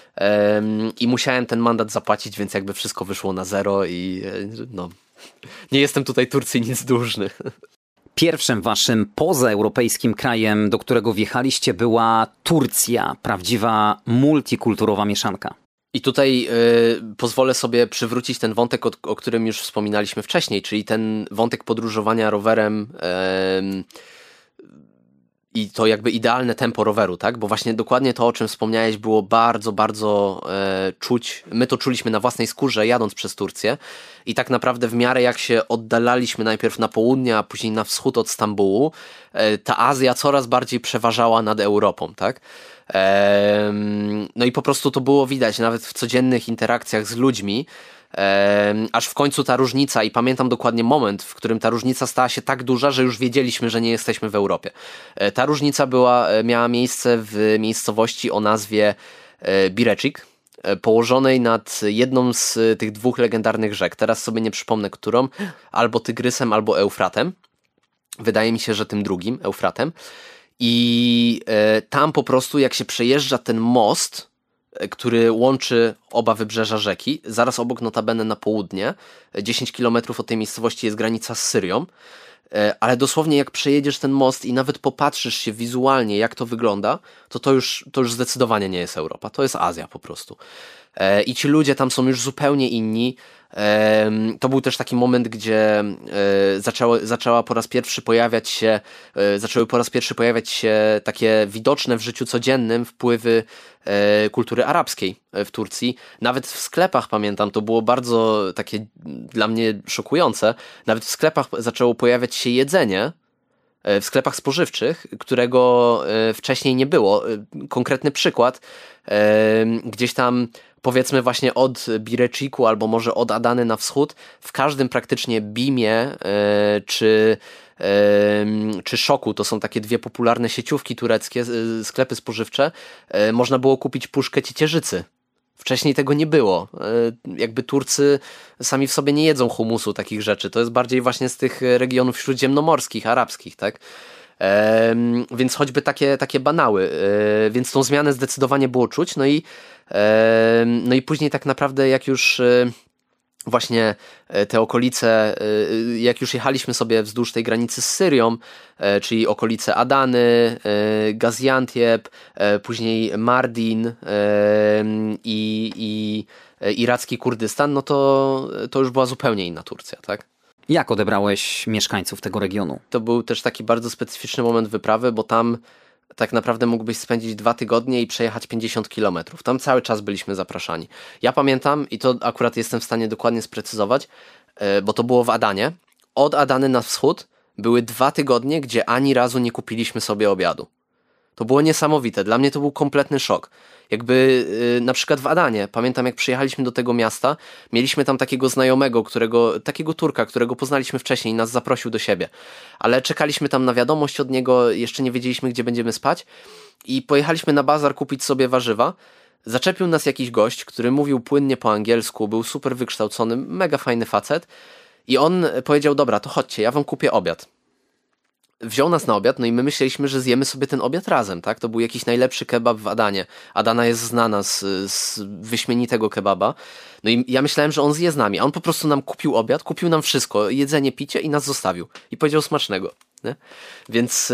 Um, I musiałem ten mandat zapłacić, więc jakby wszystko wyszło na zero i no, nie jestem tutaj Turcji nic dłużny. Pierwszym waszym pozaeuropejskim krajem, do którego wjechaliście, była Turcja, prawdziwa multikulturowa mieszanka. I tutaj y, pozwolę sobie przywrócić ten wątek, o, o którym już wspominaliśmy wcześniej, czyli ten wątek podróżowania rowerem y, i to jakby idealne tempo roweru, tak? Bo właśnie dokładnie to, o czym wspomniałeś, było bardzo, bardzo e, czuć. My to czuliśmy na własnej skórze, jadąc przez Turcję i tak naprawdę w miarę jak się oddalaliśmy najpierw na południe, a później na wschód od Stambułu, e, ta Azja coraz bardziej przeważała nad Europą, tak? E, no i po prostu to było widać nawet w codziennych interakcjach z ludźmi, Ehm, aż w końcu ta różnica, i pamiętam dokładnie moment, w którym ta różnica stała się tak duża, że już wiedzieliśmy, że nie jesteśmy w Europie. E, ta różnica była, miała miejsce w miejscowości o nazwie e, Birecik, e, położonej nad jedną z tych dwóch legendarnych rzek. Teraz sobie nie przypomnę, którą, albo Tygrysem, albo Eufratem. Wydaje mi się, że tym drugim, Eufratem. I e, tam po prostu jak się przejeżdża ten most, który łączy oba wybrzeża rzeki, zaraz obok notabene na południe, dziesięć kilometrów od tej miejscowości jest granica z Syrią, ale dosłownie jak przejedziesz ten most i nawet popatrzysz się wizualnie, jak to wygląda, to to już, to już zdecydowanie nie jest Europa, to jest Azja po prostu. I ci ludzie tam są już zupełnie inni. To był też taki moment, gdzie zaczęło, zaczęła po raz pierwszy pojawiać się, zaczęły po raz pierwszy pojawiać się takie widoczne w życiu codziennym wpływy kultury arabskiej w Turcji. Nawet w sklepach, pamiętam, to było bardzo takie dla mnie szokujące, nawet w sklepach zaczęło pojawiać się jedzenie, w sklepach spożywczych, którego wcześniej nie było. Konkretny przykład, gdzieś tam powiedzmy właśnie od Bireciku albo może od Adany na wschód, w każdym praktycznie Bimie czy, czy Szoku, to są takie dwie popularne sieciówki tureckie, sklepy spożywcze, można było kupić puszkę ciecierzycy. Wcześniej tego nie było. Jakby Turcy sami w sobie nie jedzą humusu, takich rzeczy. To jest bardziej właśnie z tych regionów śródziemnomorskich, arabskich, tak? E, więc choćby takie, takie banały. E, więc tą zmianę zdecydowanie było czuć. No i, e, no i później tak naprawdę jak już e, właśnie te okolice, e, jak już jechaliśmy sobie wzdłuż tej granicy z Syrią, e, czyli okolice Adany, e, Gaziantep, e, później Mardin e, i, i e, iracki Kurdystan, no to, to już była zupełnie inna Turcja, tak? Jak odebrałeś mieszkańców tego regionu? To był też taki bardzo specyficzny moment wyprawy, bo tam tak naprawdę mógłbyś spędzić dwa tygodnie i przejechać pięćdziesiąt kilometrów. Tam cały czas byliśmy zapraszani. Ja pamiętam, i to akurat jestem w stanie dokładnie sprecyzować, bo to było w Adanie. Od Adany na wschód były dwa tygodnie, gdzie ani razu nie kupiliśmy sobie obiadu. To było niesamowite. Dla mnie to był kompletny szok. Jakby yy, na przykład w Adanie, pamiętam jak przyjechaliśmy do tego miasta, mieliśmy tam takiego znajomego, którego, takiego Turka, którego poznaliśmy wcześniej i nas zaprosił do siebie. Ale czekaliśmy tam na wiadomość od niego, jeszcze nie wiedzieliśmy, gdzie będziemy spać i pojechaliśmy na bazar kupić sobie warzywa. Zaczepił nas jakiś gość, który mówił płynnie po angielsku, był super wykształcony, mega fajny facet i on powiedział, dobra, to chodźcie, ja wam kupię obiad. Wziął nas na obiad, no i my myśleliśmy, że zjemy sobie ten obiad razem, tak? To był jakiś najlepszy kebab w Adanie. Adana jest znana z, z wyśmienitego kebaba. No i ja myślałem, że on zje z nami, a on po prostu nam kupił obiad, kupił nam wszystko, jedzenie, picie i nas zostawił. I powiedział smacznego. Nie? Więc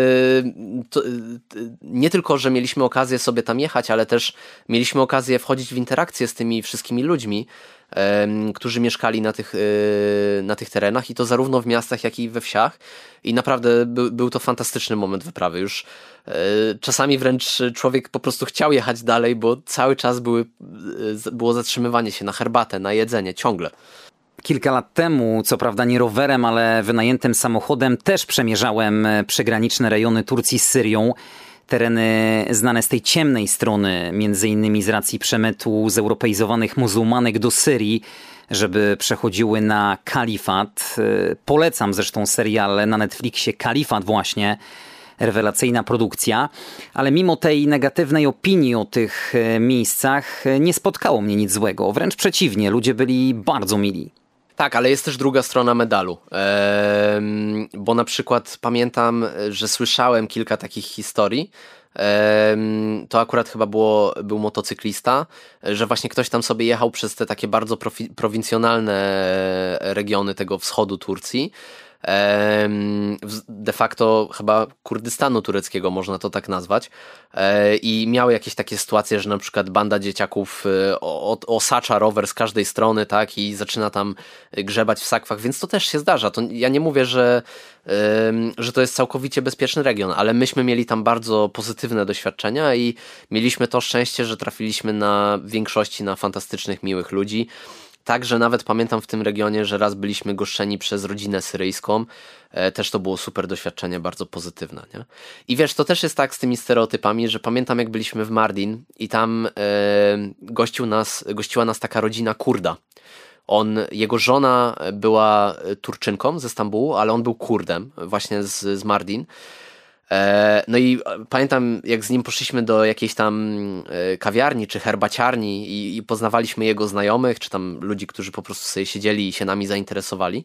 yy, to, yy, nie tylko, że mieliśmy okazję sobie tam jechać, ale też mieliśmy okazję wchodzić w interakcję z tymi wszystkimi ludźmi, yy, którzy mieszkali na tych, yy, na tych terenach i to zarówno w miastach, jak i we wsiach i naprawdę by, był to fantastyczny moment wyprawy. Już yy, czasami wręcz człowiek po prostu chciał jechać dalej, bo cały czas były, yy, było zatrzymywanie się na herbatę, na jedzenie, ciągle. Kilka lat temu, co prawda nie rowerem, ale wynajętym samochodem, też przemierzałem przygraniczne rejony Turcji z Syrią. Tereny znane z tej ciemnej strony, między innymi z racji przemytu zeuropeizowanych muzułmanek do Syrii, żeby przechodziły na kalifat. Polecam zresztą serial na Netflixie Kalifat właśnie. Rewelacyjna produkcja, ale mimo tej negatywnej opinii o tych miejscach nie spotkało mnie nic złego. Wręcz przeciwnie, ludzie byli bardzo mili. Tak, ale jest też druga strona medalu, eee, bo na przykład pamiętam, że słyszałem kilka takich historii, eee, to akurat chyba było, był motocyklista, że właśnie ktoś tam sobie jechał przez te takie bardzo profi- prowincjonalne regiony tego wschodu Turcji de facto chyba Kurdystanu tureckiego, można to tak nazwać, i miały jakieś takie sytuacje, że na przykład banda dzieciaków osacza rower z każdej strony, tak, i zaczyna tam grzebać w sakwach, więc to też się zdarza. To ja nie mówię, że, że to jest całkowicie bezpieczny region, ale myśmy mieli tam bardzo pozytywne doświadczenia i mieliśmy to szczęście, że trafiliśmy na większości na fantastycznych, miłych ludzi. Także nawet pamiętam w tym regionie, że raz byliśmy goszczeni przez rodzinę syryjską. E, też to było super doświadczenie, bardzo pozytywne, nie? I wiesz, to też jest tak z tymi stereotypami, że pamiętam jak byliśmy w Mardin i tam e, gościł nas, gościła nas taka rodzina Kurda. On, jego żona była Turczynką ze Stambułu, ale on był Kurdem właśnie z, z Mardin. No i pamiętam, jak z nim poszliśmy do jakiejś tam kawiarni czy herbaciarni i, i poznawaliśmy jego znajomych, czy tam ludzi, którzy po prostu sobie siedzieli i się nami zainteresowali.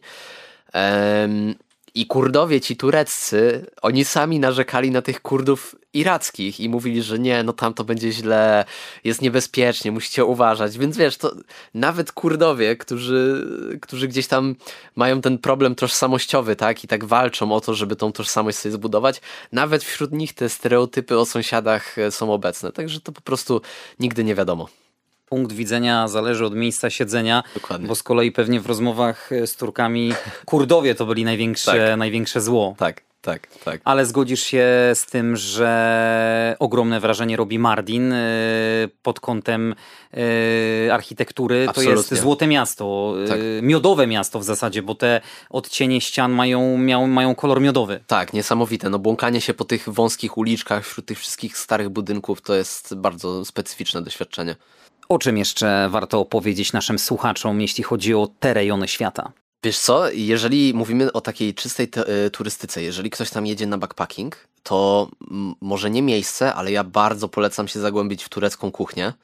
I Kurdowie ci tureccy, oni sami narzekali na tych Kurdów irackich i mówili, że nie, no tam to będzie źle, jest niebezpiecznie, musicie uważać. Więc wiesz, to nawet Kurdowie, którzy, którzy gdzieś tam mają ten problem tożsamościowy, tak, i tak walczą o to, żeby tą tożsamość sobie zbudować, nawet wśród nich te stereotypy o sąsiadach są obecne. Także to po prostu nigdy nie wiadomo. Punkt widzenia zależy od miejsca siedzenia. Dokładnie. Bo z kolei pewnie w rozmowach z Turkami Kurdowie to byli największe, tak. największe zło. Tak, tak, tak. Ale zgodzisz się z tym, że ogromne wrażenie robi Mardin pod kątem architektury. Absolutnie. To jest złote miasto, tak. Miodowe miasto w zasadzie, bo te odcienie ścian mają, mają, mają kolor miodowy. Tak, niesamowite. No błąkanie się po tych wąskich uliczkach wśród tych wszystkich starych budynków to jest bardzo specyficzne doświadczenie. O czym jeszcze warto opowiedzieć naszym słuchaczom, jeśli chodzi o te rejony świata? Wiesz co, jeżeli mówimy o takiej czystej te- turystyce, jeżeli ktoś tam jedzie na backpacking, to m- może nie miejsce, ale ja bardzo polecam się zagłębić w turecką kuchnię.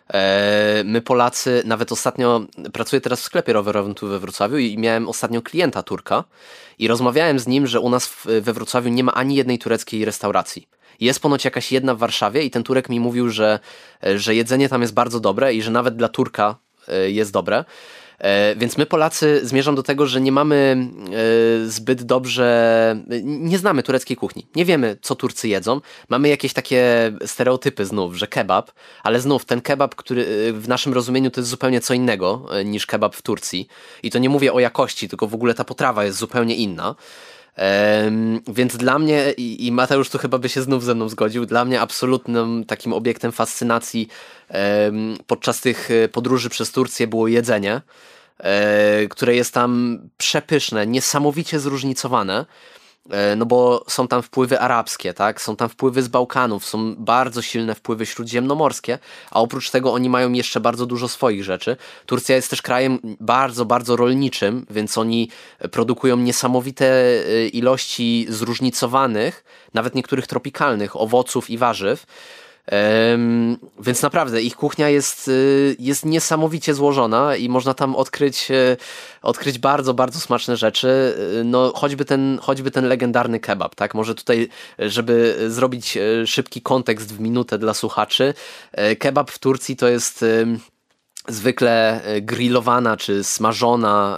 E, my Polacy, nawet ostatnio, pracuję teraz w sklepie rowerowym tu we Wrocławiu i miałem ostatnio klienta Turka i rozmawiałem z nim, że u nas w, we Wrocławiu nie ma ani jednej tureckiej restauracji. Jest ponoć jakaś jedna w Warszawie i ten Turek mi mówił, że, że jedzenie tam jest bardzo dobre i że nawet dla Turka jest dobre. Więc my Polacy zmierzam do tego, że nie mamy zbyt dobrze, nie znamy tureckiej kuchni. Nie wiemy, co Turcy jedzą. Mamy jakieś takie stereotypy znów, że kebab, ale znów ten kebab, który w naszym rozumieniu to jest zupełnie co innego niż kebab w Turcji. I to nie mówię o jakości, tylko w ogóle ta potrawa jest zupełnie inna. Um, więc dla mnie, i, i Mateusz tu chyba by się znów ze mną zgodził, dla mnie absolutnym takim obiektem fascynacji um, podczas tych podróży przez Turcję było jedzenie, um, które jest tam przepyszne, niesamowicie zróżnicowane. No bo są tam wpływy arabskie, tak? Są tam wpływy z Bałkanów, są bardzo silne wpływy śródziemnomorskie, a oprócz tego oni mają jeszcze bardzo dużo swoich rzeczy. Turcja jest też krajem bardzo, bardzo rolniczym, więc oni produkują niesamowite ilości zróżnicowanych, nawet niektórych tropikalnych owoców i warzyw. Um, więc naprawdę ich kuchnia jest, jest niesamowicie złożona i można tam odkryć, odkryć bardzo, bardzo smaczne rzeczy. No, choćby ten, choćby ten legendarny kebab, tak? Może tutaj, żeby zrobić szybki kontekst w minutę dla słuchaczy, kebab w Turcji to jest zwykle grillowana czy smażona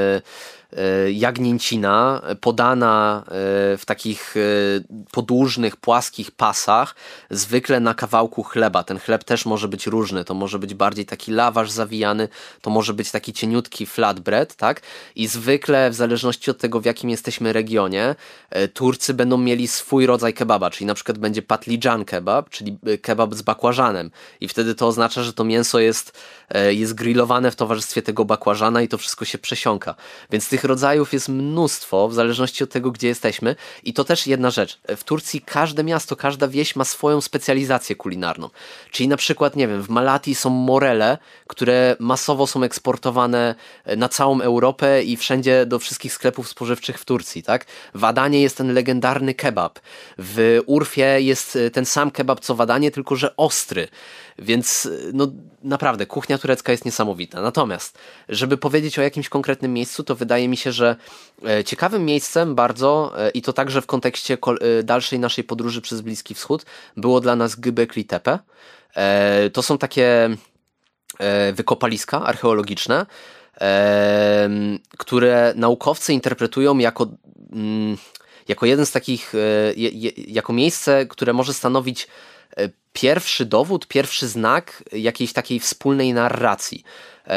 jagnięcina podana w takich podłużnych, płaskich pasach, zwykle na kawałku chleba. Ten chleb też może być różny, to może być bardziej taki lawasz zawijany, to może być taki cieniutki flatbread, tak? I zwykle w zależności od tego, w jakim jesteśmy regionie, Turcy będą mieli swój rodzaj kebaba, czyli na przykład będzie patlijan kebab, czyli kebab z bakłażanem i wtedy to oznacza, że to mięso jest, jest grillowane w towarzystwie tego bakłażana i to wszystko się przesiąka. Więc tych rodzajów jest mnóstwo w zależności od tego, gdzie jesteśmy i to też jedna rzecz. W Turcji każde miasto, każda wieś ma swoją specjalizację kulinarną. Czyli na przykład, nie wiem, w Malatii są morele, które masowo są eksportowane na całą Europę i wszędzie do wszystkich sklepów spożywczych w Turcji, tak? W Adanie jest ten legendarny kebab. W Urfie jest ten sam kebab co w Adanie, tylko że ostry. Więc no naprawdę kuchnia turecka jest niesamowita. Natomiast, żeby powiedzieć o jakimś konkretnym miejscu, to wydaje mi się, że ciekawym miejscem bardzo i to także w kontekście dalszej naszej podróży przez Bliski Wschód było dla nas Göbekli Tepe. To są takie wykopaliska archeologiczne, które naukowcy interpretują jako, jako jeden z takich, jako miejsce, które może stanowić pierwszy dowód, pierwszy znak jakiejś takiej wspólnej narracji,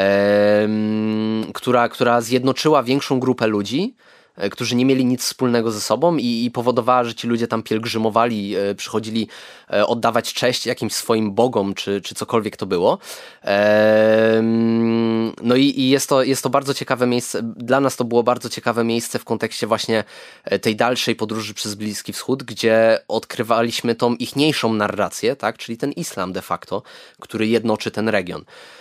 która, która zjednoczyła większą grupę ludzi, którzy nie mieli nic wspólnego ze sobą i, i powodowała, że ci ludzie tam pielgrzymowali, e, przychodzili e, oddawać cześć jakimś swoim bogom, czy, czy cokolwiek to było. E, no i, i jest to, jest to bardzo ciekawe miejsce, dla nas to było bardzo ciekawe miejsce w kontekście właśnie tej dalszej podróży przez Bliski Wschód, gdzie odkrywaliśmy tą ichniejszą narrację, tak, czyli ten islam de facto, który jednoczy ten region.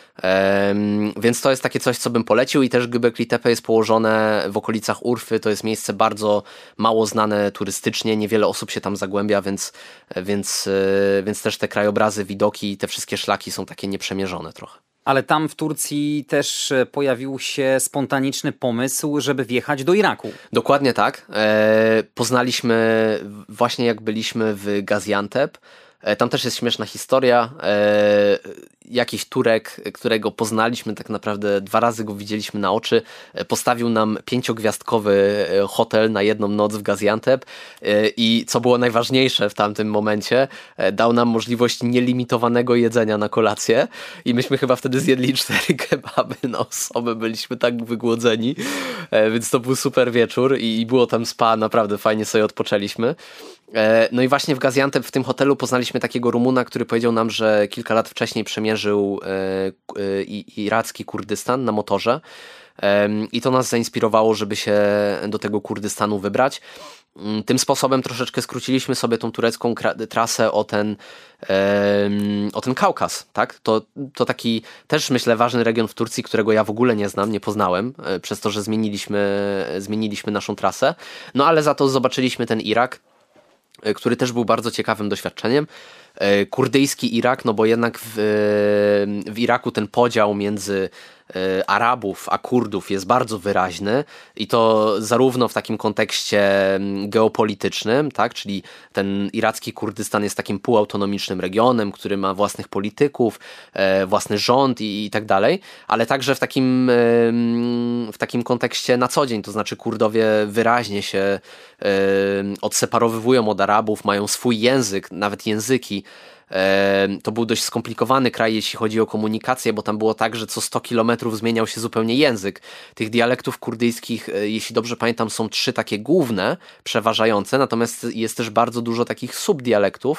Um, więc to jest takie coś, co bym polecił i też Göbekli Tepe jest położone w okolicach Urfy, to jest miejsce bardzo mało znane turystycznie, niewiele osób się tam zagłębia, więc, więc, więc też te krajobrazy, widoki i te wszystkie szlaki są takie nieprzemierzone trochę. Ale tam w Turcji też pojawił się spontaniczny pomysł, żeby wjechać do Iraku. Dokładnie tak. E, poznaliśmy właśnie jak byliśmy w Gaziantep. Tam też jest śmieszna historia. E, jakiś Turek, którego poznaliśmy, tak naprawdę dwa razy go widzieliśmy na oczy, postawił nam pięciogwiazdkowy hotel na jedną noc w Gaziantep e, i co było najważniejsze w tamtym momencie, e, dał nam możliwość nielimitowanego jedzenia na kolację i myśmy chyba wtedy zjedli cztery kebaby na osobę, byliśmy tak wygłodzeni, e, więc to był super wieczór i, i było tam spa, naprawdę fajnie sobie odpoczęliśmy. No i właśnie w Gaziantep w tym hotelu poznaliśmy takiego Rumuna, który powiedział nam, że kilka lat wcześniej przemierzył e, e, iracki Kurdystan na motorze e, i to nas zainspirowało, żeby się do tego Kurdystanu wybrać. Tym sposobem troszeczkę skróciliśmy sobie tą turecką trasę o ten, e, o ten Kaukaz, tak? To, to taki też myślę ważny region w Turcji, którego ja w ogóle nie znam, nie poznałem, e, przez to, że zmieniliśmy, zmieniliśmy naszą trasę. No ale za to zobaczyliśmy ten Irak, który też był bardzo ciekawym doświadczeniem. Kurdyjski Irak, no bo jednak w, w Iraku ten podział między Arabów a Kurdów jest bardzo wyraźny i to zarówno w takim kontekście geopolitycznym, tak, czyli ten iracki Kurdystan jest takim półautonomicznym regionem, który ma własnych polityków, własny rząd i, i tak dalej, ale także w takim, w takim kontekście na co dzień, to znaczy Kurdowie wyraźnie się odseparowywują od Arabów, mają swój język, nawet języki. To był dość skomplikowany kraj, jeśli chodzi o komunikację, bo tam było tak, że co sto kilometrów zmieniał się zupełnie język. Tych dialektów kurdyjskich, jeśli dobrze pamiętam, są trzy takie główne, przeważające, natomiast jest też bardzo dużo takich subdialektów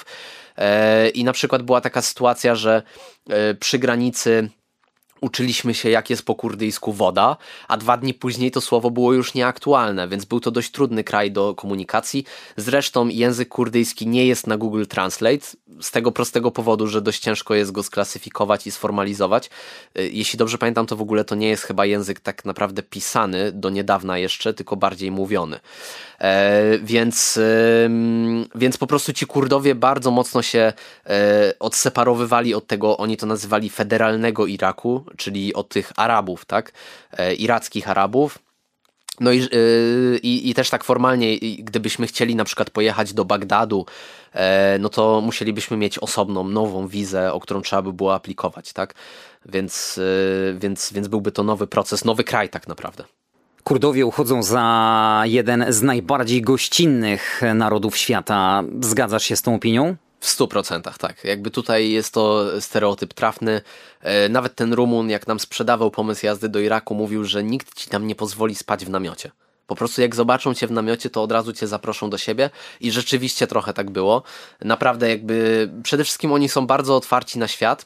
i na przykład była taka sytuacja, że przy granicy uczyliśmy się, jak jest po kurdyjsku woda, a dwa dni później to słowo było już nieaktualne, więc był to dość trudny kraj do komunikacji. Zresztą język kurdyjski nie jest na Google Translate, z tego prostego powodu, że dość ciężko jest go sklasyfikować i sformalizować. Jeśli dobrze pamiętam, to w ogóle to nie jest chyba język tak naprawdę pisany do niedawna jeszcze, tylko bardziej mówiony. E, więc, e, więc po prostu ci Kurdowie bardzo mocno się e, odseparowywali od tego, oni to nazywali federalnego Iraku, czyli od tych Arabów, tak, e, irackich Arabów. No i, yy, i, i też tak formalnie, gdybyśmy chcieli na przykład pojechać do Bagdadu, e, no to musielibyśmy mieć osobną, nową wizę, o którą trzeba by było aplikować, tak, więc, yy, więc, więc byłby to nowy proces, nowy kraj tak naprawdę. Kurdowie uchodzą za jeden z najbardziej gościnnych narodów świata. Zgadzasz się z tą opinią? W stu procentach, tak. Jakby tutaj jest to stereotyp trafny. Nawet ten Rumun, jak nam sprzedawał pomysł jazdy do Iraku, mówił, że nikt ci tam nie pozwoli spać w namiocie. Po prostu jak zobaczą cię w namiocie, to od razu cię zaproszą do siebie i rzeczywiście trochę tak było. Naprawdę jakby, przede wszystkim oni są bardzo otwarci na świat.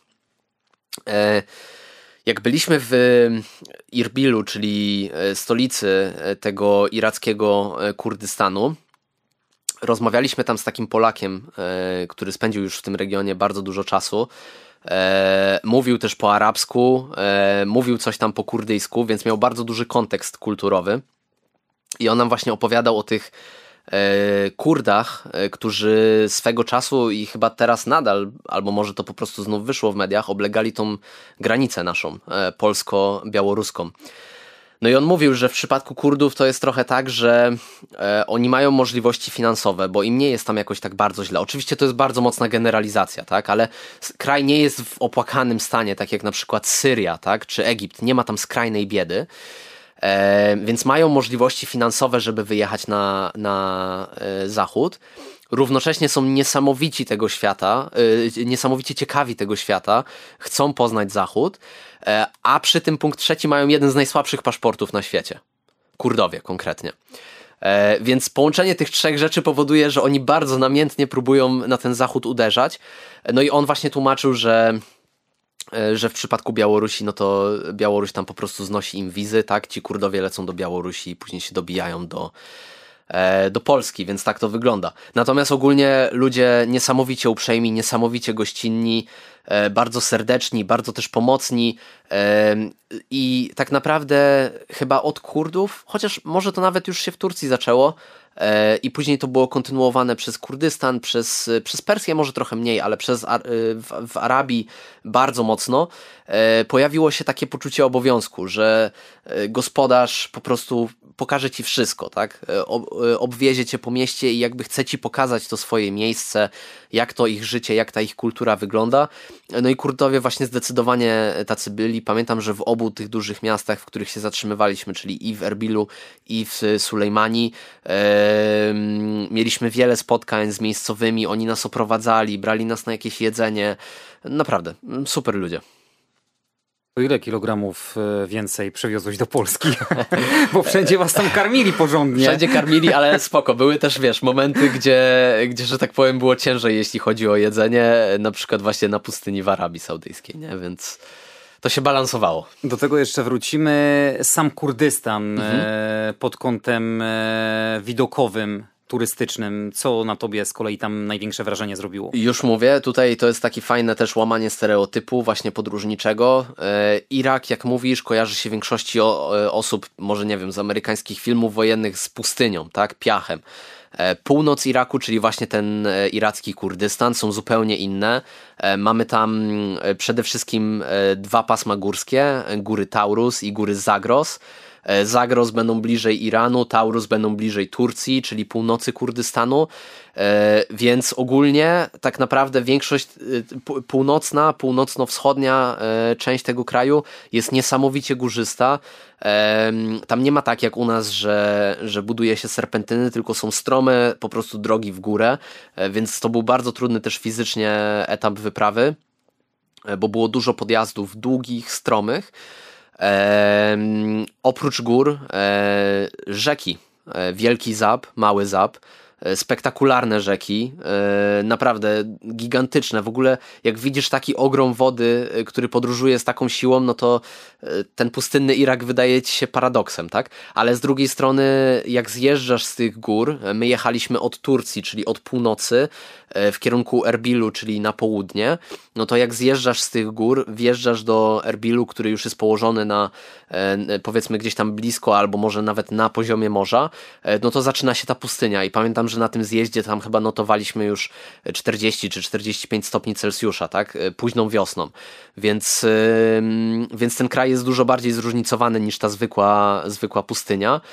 Jak byliśmy w Irbilu, czyli stolicy tego irackiego Kurdystanu, rozmawialiśmy tam z takim Polakiem, e, który spędził już w tym regionie bardzo dużo czasu. E, mówił też po arabsku, e, mówił coś tam po kurdyjsku, więc miał bardzo duży kontekst kulturowy. I on nam właśnie opowiadał o tych e, Kurdach, e, którzy swego czasu i chyba teraz nadal, albo może to po prostu znów wyszło w mediach, oblegali tą granicę naszą, e, polsko-białoruską. No i on mówił, że w przypadku Kurdów to jest trochę tak, że e, oni mają możliwości finansowe, bo im nie jest tam jakoś tak bardzo źle. Oczywiście to jest bardzo mocna generalizacja, tak, ale kraj nie jest w opłakanym stanie, tak jak na przykład Syria, tak, czy Egipt. Nie ma tam skrajnej biedy. E, więc mają możliwości finansowe, żeby wyjechać na, na e, zachód. Równocześnie są niesamowici tego świata, e, niesamowicie ciekawi tego świata, chcą poznać zachód, e, a przy tym punkt trzeci mają jeden z najsłabszych paszportów na świecie. Kurdowie konkretnie. E, więc połączenie tych trzech rzeczy powoduje, że oni bardzo namiętnie próbują na ten zachód uderzać. No i on właśnie tłumaczył, że że w przypadku Białorusi, no to Białoruś tam po prostu znosi im wizy, tak? Ci Kurdowie lecą do Białorusi i później się dobijają do, e, do Polski, więc tak to wygląda. Natomiast ogólnie ludzie niesamowicie uprzejmi, niesamowicie gościnni, e, bardzo serdeczni, bardzo też pomocni e, i tak naprawdę chyba od Kurdów, chociaż może to nawet już się w Turcji zaczęło, i później to było kontynuowane przez Kurdystan, przez, przez Persję może trochę mniej, ale przez w, w Arabii bardzo mocno pojawiło się takie poczucie obowiązku, że gospodarz po prostu pokaże ci wszystko, tak? Obwiezie cię po mieście i jakby chce ci pokazać to swoje miejsce, jak to ich życie, jak ta ich kultura wygląda. No i Kurdowie właśnie zdecydowanie tacy byli. Pamiętam, że w obu tych dużych miastach, w których się zatrzymywaliśmy, czyli i w Erbilu, i w Sulejmanii, e, mieliśmy wiele spotkań z miejscowymi, oni nas oprowadzali, brali nas na jakieś jedzenie. Naprawdę, super ludzie. To ile kilogramów więcej przywiozłeś do Polski? Bo wszędzie was tam karmili porządnie. Wszędzie karmili, ale spoko. Były też, wiesz, momenty, gdzie, gdzie, że tak powiem, było ciężej, jeśli chodzi o jedzenie. Na przykład właśnie na pustyni w Arabii Saudyjskiej, nie? Więc to się balansowało. Do tego jeszcze wrócimy. Sam Kurdystan mhm. e, pod kątem e, widokowym, turystycznym, co na tobie z kolei tam największe wrażenie zrobiło? Już mówię, tutaj to jest takie fajne też łamanie stereotypu właśnie podróżniczego. E, Irak, jak mówisz, kojarzy się większości o, e, osób, może nie wiem, z amerykańskich filmów wojennych z pustynią, tak, piachem. E, północ Iraku, czyli właśnie ten e, iracki Kurdystan, są zupełnie inne. E, mamy tam e, przede wszystkim e, dwa pasma górskie, góry Taurus i góry Zagros. Zagros będą bliżej Iranu, Taurus będą bliżej Turcji, czyli północy Kurdystanu, e, więc ogólnie tak naprawdę większość e, północna, północno-wschodnia e, część tego kraju jest niesamowicie górzysta. E, tam nie ma tak jak u nas, że, że buduje się serpentyny, tylko są strome po prostu drogi w górę, e, więc to był bardzo trudny też fizycznie etap wyprawy, e, bo było dużo podjazdów długich, stromych. E, oprócz gór e, rzeki, e, Wielki Zab, Mały Zab, e, spektakularne rzeki, e, naprawdę gigantyczne. W ogóle jak widzisz taki ogrom wody, e, który podróżuje z taką siłą, no to e, ten pustynny Irak wydaje ci się paradoksem, tak? Ale z drugiej strony jak zjeżdżasz z tych gór, e, my jechaliśmy od Turcji, czyli od północy, w kierunku Erbilu, czyli na południe, no to jak zjeżdżasz z tych gór, wjeżdżasz do Erbilu, który już jest położony na, powiedzmy gdzieś tam blisko, albo może nawet na poziomie morza, no to zaczyna się ta pustynia i pamiętam, że na tym zjeździe tam chyba notowaliśmy już czterdzieści czy czterdzieści pięć stopni Celsjusza, tak, późną wiosną, więc, więc ten kraj jest dużo bardziej zróżnicowany niż ta zwykła, zwykła pustynia.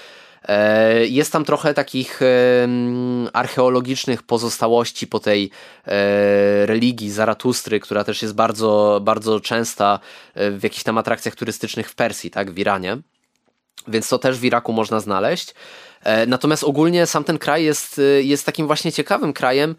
Jest tam trochę takich archeologicznych pozostałości po tej religii Zaratustry, która też jest bardzo, bardzo częsta w jakichś tam atrakcjach turystycznych w Persji, tak, w Iranie. Więc to też w Iraku można znaleźć. Natomiast ogólnie sam ten kraj jest, jest takim właśnie ciekawym krajem.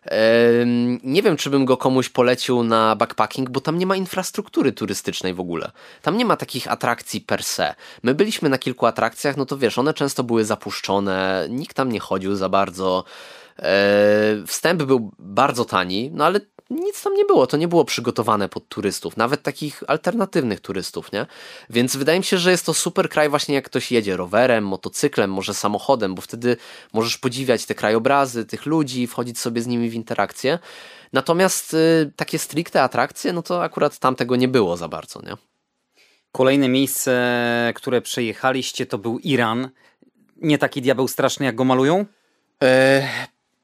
Nie wiem, czy bym go komuś polecił na backpacking, bo tam nie ma infrastruktury turystycznej w ogóle. Tam nie ma takich atrakcji per se. My byliśmy na kilku atrakcjach, no to wiesz, one często były zapuszczone, nikt tam nie chodził za bardzo. Wstęp był bardzo tani, no ale nic tam nie było, to nie było przygotowane pod turystów, nawet takich alternatywnych turystów, nie? Więc wydaje mi się, że jest to super kraj właśnie jak ktoś jedzie rowerem, motocyklem, może samochodem, bo wtedy możesz podziwiać te krajobrazy, tych ludzi, wchodzić sobie z nimi w interakcję. Natomiast y, takie stricte atrakcje, no to akurat tam tego nie było za bardzo, nie? Kolejne miejsce, które przejechaliście, to był Iran. Nie taki diabeł straszny, jak go malują? E-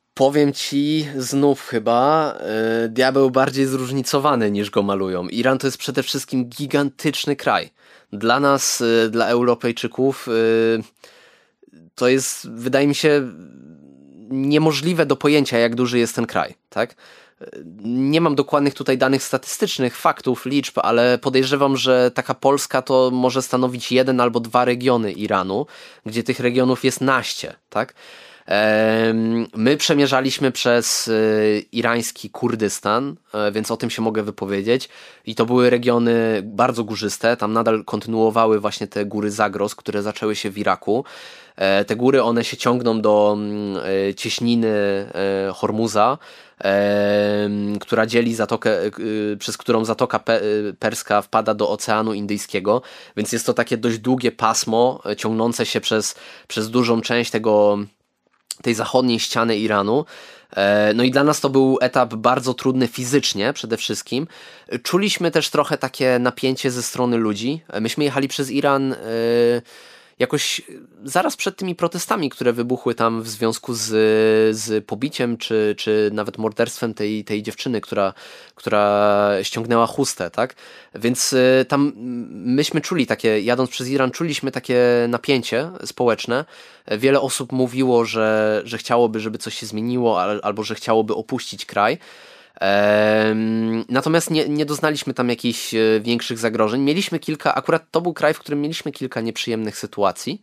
Powiem ci znów chyba, yy, diabeł bardziej zróżnicowany niż go malują. Iran to jest przede wszystkim gigantyczny kraj. Dla nas, yy, dla Europejczyków, yy, to jest, wydaje mi się, niemożliwe do pojęcia, jak duży jest ten kraj, tak? Nie mam dokładnych tutaj danych statystycznych, faktów, liczb, ale podejrzewam, że taka Polska to może stanowić jeden albo dwa regiony Iranu, gdzie tych regionów jest naście, tak? My przemierzaliśmy przez irański Kurdystan, więc o tym się mogę wypowiedzieć, i to były regiony bardzo górzyste, tam nadal kontynuowały właśnie te góry Zagros, które zaczęły się w Iraku. Te góry, one się ciągną do cieśniny Hormuza, która dzieli zatokę, przez którą Zatoka Perska wpada do Oceanu Indyjskiego, więc jest to takie dość długie pasmo ciągnące się przez, przez dużą część tego tej zachodniej ściany Iranu. No i dla nas to był etap bardzo trudny fizycznie przede wszystkim. Czuliśmy też trochę takie napięcie ze strony ludzi. Myśmy jechali przez Iran jakoś zaraz przed tymi protestami, które wybuchły tam w związku z, z pobiciem, czy, czy nawet morderstwem tej, tej dziewczyny, która, która ściągnęła chustę, tak? Więc tam myśmy czuli takie, jadąc przez Iran, czuliśmy takie napięcie społeczne. Wiele osób mówiło, że, że chciałoby, żeby coś się zmieniło, albo że chciałoby opuścić kraj. Natomiast nie, nie doznaliśmy tam jakichś większych zagrożeń. Mieliśmy kilka, akurat to był kraj, w którym mieliśmy kilka nieprzyjemnych sytuacji,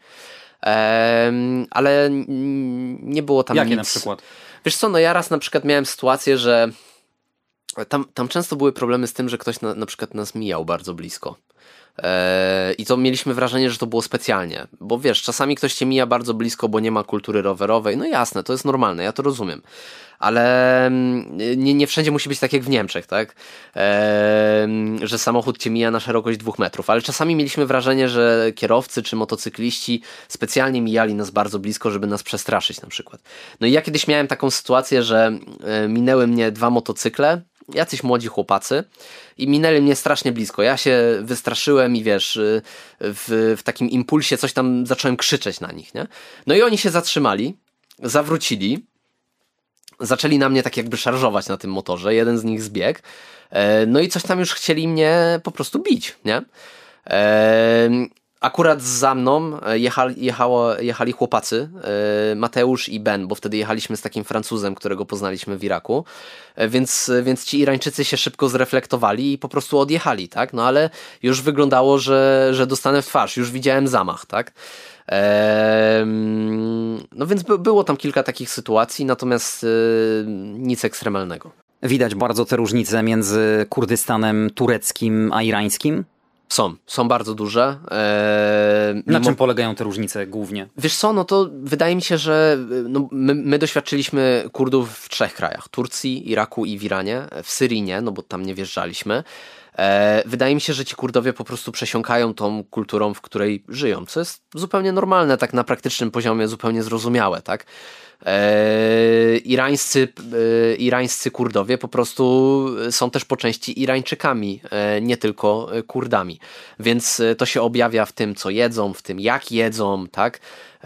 ale nie było tam Jakie nic. na przykład? Wiesz co, no ja raz na przykład miałem sytuację, że tam, tam często były problemy z tym, że ktoś na, na przykład nas mijał bardzo blisko. I to mieliśmy wrażenie, że to było specjalnie, bo wiesz, czasami ktoś cię mija bardzo blisko, bo nie ma kultury rowerowej, no jasne, to jest normalne, ja to rozumiem, ale nie, nie wszędzie musi być tak jak w Niemczech, tak, eee, że samochód cię mija na szerokość dwóch metrów, ale czasami mieliśmy wrażenie, że kierowcy czy motocykliści specjalnie mijali nas bardzo blisko, żeby nas przestraszyć na przykład. No i ja kiedyś miałem taką sytuację, że minęły mnie dwa motocykle, jacyś młodzi chłopacy, i minęli mnie strasznie blisko. Ja się wystraszyłem i wiesz, w, w takim impulsie coś tam zacząłem krzyczeć na nich, nie? No i oni się zatrzymali, zawrócili, zaczęli na mnie tak jakby szarżować na tym motorze, jeden z nich zbiegł, no i coś tam już chcieli mnie po prostu bić, nie? Akurat za mną jechali, jechało, jechali chłopacy, Mateusz i Ben, bo wtedy jechaliśmy z takim Francuzem, którego poznaliśmy w Iraku, więc, więc ci Irańczycy się szybko zreflektowali i po prostu odjechali, tak? No ale już wyglądało, że, że dostanę w twarz, już widziałem zamach, tak? No więc by, było tam kilka takich sytuacji, natomiast nic ekstremalnego. Widać bardzo te różnice między Kurdystanem tureckim a irańskim? Są, są bardzo duże. Eee, Na mimo... czym polegają te różnice głównie? Wiesz co, no to wydaje mi się, że no my, my doświadczyliśmy Kurdów w trzech krajach. Turcji, Iraku i w Iranie. W Syrii nie, no bo tam nie wjeżdżaliśmy. Eee, wydaje mi się, że ci Kurdowie po prostu przesiąkają tą kulturą, w której żyją, co jest zupełnie normalne, tak na praktycznym poziomie, zupełnie zrozumiałe, tak? Eee, irańscy, e, irańscy Kurdowie po prostu są też po części Irańczykami, e, nie tylko Kurdami, więc to się objawia w tym, co jedzą, w tym, jak jedzą, tak?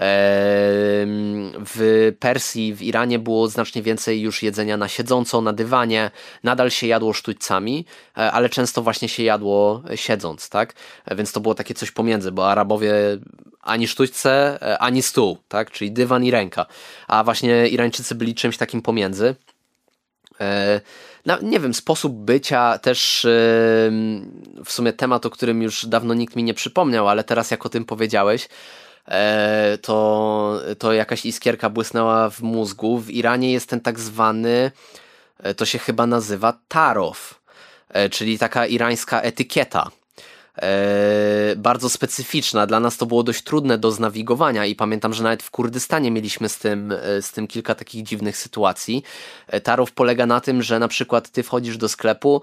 W Persji, w Iranie było znacznie więcej już jedzenia na siedząco, na dywanie, nadal się jadło sztućcami, ale często właśnie się jadło siedząc, tak? Więc to było takie coś pomiędzy, bo Arabowie ani sztućce, ani stół, tak? Czyli dywan i ręka, a właśnie Irańczycy byli czymś takim pomiędzy. No, nie wiem, sposób bycia, też w sumie temat, o którym już dawno nikt mi nie przypomniał, ale teraz jak o tym powiedziałeś, to, to jakaś iskierka błysnęła w mózgu. W Iranie jest ten tak zwany, to się chyba nazywa tarof, czyli taka irańska etykieta. Bardzo specyficzna. Dla nas to było dość trudne do znawigowania i pamiętam, że nawet w Kurdystanie mieliśmy z tym, z tym kilka takich dziwnych sytuacji. Tarof polega na tym, że na przykład ty wchodzisz do sklepu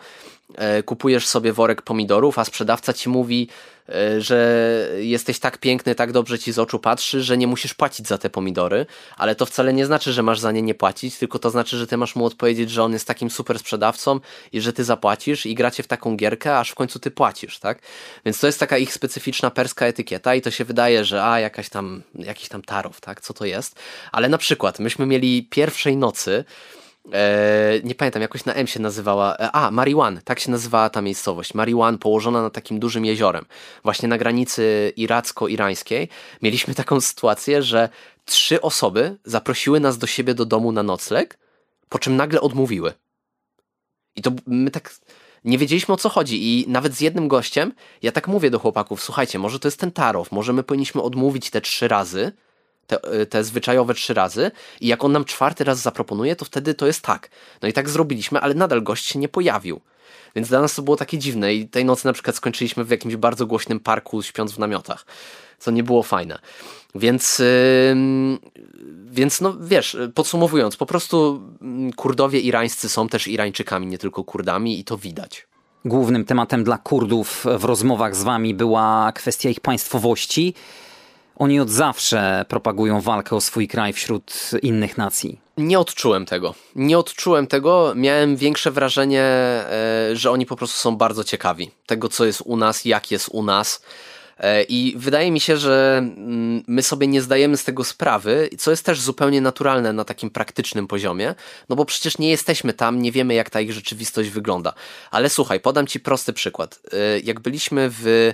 kupujesz sobie worek pomidorów, a sprzedawca ci mówi, że jesteś tak piękny, tak dobrze ci z oczu patrzy, że nie musisz płacić za te pomidory, ale to wcale nie znaczy, że masz za nie nie płacić, tylko to znaczy, że ty masz mu odpowiedzieć, że on jest takim super sprzedawcą i że ty zapłacisz i gracie w taką gierkę, aż w końcu ty płacisz, tak? Więc to jest taka ich specyficzna perska etykieta i to się wydaje, że a, jakaś tam, jakiś tam tarow, tak? Co to jest? Ale na przykład myśmy mieli pierwszej nocy E, nie pamiętam, jakoś na M się nazywała, e, a, Mariwan, tak się nazywała ta miejscowość, Mariwan, położona na takim dużym jeziorem, właśnie na granicy iracko-irańskiej. Mieliśmy taką sytuację, że trzy osoby zaprosiły nas do siebie do domu na nocleg, po czym nagle odmówiły. I to my tak nie wiedzieliśmy, o co chodzi i nawet z jednym gościem, ja tak mówię do chłopaków, słuchajcie, może to jest ten tarow, może my powinniśmy odmówić te trzy razy, Te, te zwyczajowe trzy razy i jak on nam czwarty raz zaproponuje, to wtedy to jest tak. No i tak zrobiliśmy, ale nadal gość się nie pojawił. Więc dla nas to było takie dziwne i tej nocy na przykład skończyliśmy w jakimś bardzo głośnym parku, śpiąc w namiotach, co nie było fajne. Więc, yy, więc no wiesz, podsumowując, po prostu Kurdowie irańscy są też Irańczykami, nie tylko Kurdami i to widać. Głównym tematem dla Kurdów w rozmowach z wami była kwestia ich państwowości. Oni od zawsze propagują walkę o swój kraj wśród innych nacji. Nie odczułem tego. Nie odczułem tego. Miałem większe wrażenie, że oni po prostu są bardzo ciekawi tego, co jest u nas, jak jest u nas. I wydaje mi się, że my sobie nie zdajemy z tego sprawy, co jest też zupełnie naturalne na takim praktycznym poziomie, no bo przecież nie jesteśmy tam, nie wiemy, jak ta ich rzeczywistość wygląda. Ale słuchaj, podam ci prosty przykład. Jak byliśmy w...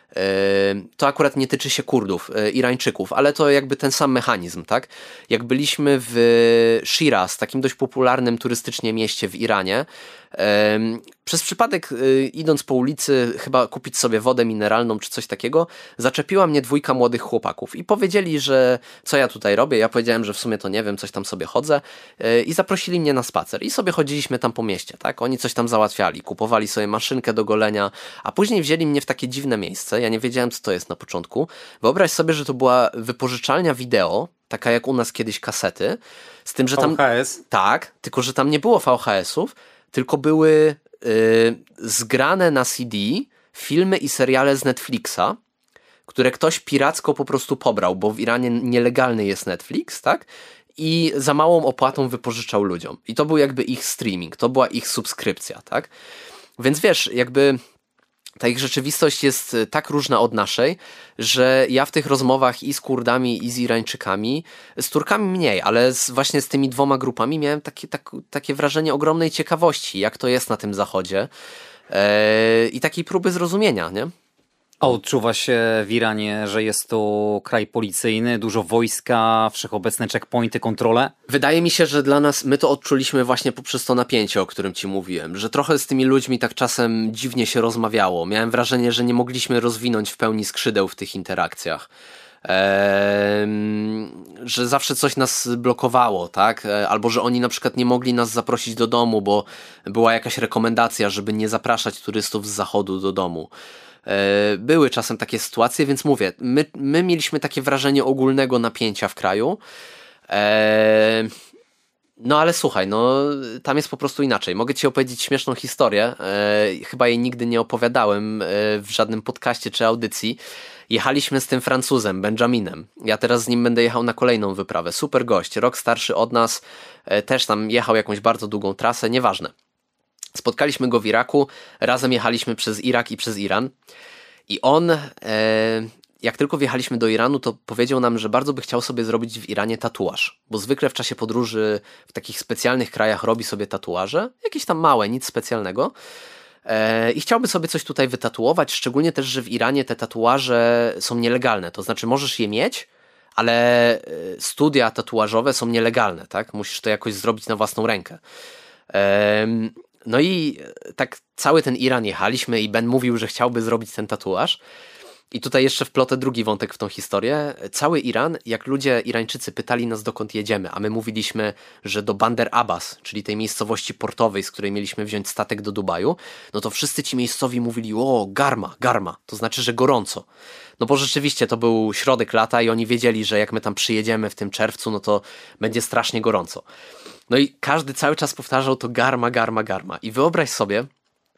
To akurat nie tyczy się Kurdów, Irańczyków, ale to jakby ten sam mechanizm, tak? Jak byliśmy w Shiraz, takim dość popularnym turystycznie mieście w Iranie, przez przypadek idąc po ulicy, chyba kupić sobie wodę mineralną czy coś takiego, zaczepiła mnie dwójka młodych chłopaków i powiedzieli, że co ja tutaj robię. Ja powiedziałem, że w sumie to nie wiem, coś tam sobie chodzę i zaprosili mnie na spacer i sobie chodziliśmy tam po mieście, tak? Oni coś tam załatwiali, kupowali sobie maszynkę do golenia, a później wzięli mnie w takie dziwne miejsce. Ja nie wiedziałem, co to jest na początku. Wyobraź sobie, że to była wypożyczalnia wideo, taka jak u nas kiedyś kasety, z tym, że tam... V H S? Tak, tylko że tam nie było V H S-ów, tylko były y, zgrane na C D filmy i seriale z Netflixa, które ktoś piracko po prostu pobrał, bo w Iranie nielegalny jest Netflix, tak? I za małą opłatą wypożyczał ludziom. I to był jakby ich streaming, to była ich subskrypcja, tak? Więc wiesz, jakby... Ta ich rzeczywistość jest tak różna od naszej, że ja w tych rozmowach i z Kurdami, i z Irańczykami, z Turkami mniej, ale z, właśnie z tymi dwoma grupami miałem takie, tak, takie wrażenie ogromnej ciekawości, jak to jest na tym zachodzie yy, i takiej próby zrozumienia, nie? A odczuwa się w Iranie, że jest to kraj policyjny, dużo wojska, wszechobecne checkpointy, kontrole? Wydaje mi się, że dla nas, my to odczuliśmy właśnie poprzez to napięcie, o którym ci mówiłem, że trochę z tymi ludźmi tak czasem dziwnie się rozmawiało. Miałem wrażenie, że nie mogliśmy rozwinąć w pełni skrzydeł w tych interakcjach. Eee, że zawsze coś nas blokowało, tak? Albo że oni na przykład nie mogli nas zaprosić do domu, bo była jakaś rekomendacja, żeby nie zapraszać turystów z zachodu do domu. Były czasem takie sytuacje, więc mówię, my, my mieliśmy takie wrażenie ogólnego napięcia w kraju. Eee, no ale słuchaj, no tam jest po prostu inaczej. Mogę ci opowiedzieć śmieszną historię. Eee, chyba jej nigdy nie opowiadałem e, w żadnym podcaście czy audycji. Jechaliśmy z tym Francuzem, Benjaminem. Ja teraz z nim będę jechał na kolejną wyprawę. Super gość, rok starszy od nas. E, też tam jechał jakąś bardzo długą trasę, nieważne. Spotkaliśmy go w Iraku, razem jechaliśmy przez Irak i przez Iran i on, e, jak tylko wjechaliśmy do Iranu, to powiedział nam, że bardzo by chciał sobie zrobić w Iranie tatuaż, bo zwykle w czasie podróży w takich specjalnych krajach robi sobie tatuaże, jakieś tam małe, nic specjalnego e, i chciałby sobie coś tutaj wytatuować, szczególnie też, że w Iranie te tatuaże są nielegalne, to znaczy możesz je mieć, ale studia tatuażowe są nielegalne, tak? Musisz to jakoś zrobić na własną rękę. E, No i tak cały ten Iran jechaliśmy i Ben mówił, że chciałby zrobić ten tatuaż. I tutaj jeszcze wplotę drugi wątek w tą historię. Cały Iran, jak ludzie Irańczycy pytali nas, dokąd jedziemy, a my mówiliśmy, że do Bandar Abbas, czyli tej miejscowości portowej, z której mieliśmy wziąć statek do Dubaju, no to wszyscy ci miejscowi mówili, o, garma, garma, to znaczy, że gorąco. No bo rzeczywiście to był środek lata i oni wiedzieli, że jak my tam przyjedziemy w tym czerwcu, no to będzie strasznie gorąco. No i każdy cały czas powtarzał to garma, garma, garma. I wyobraź sobie,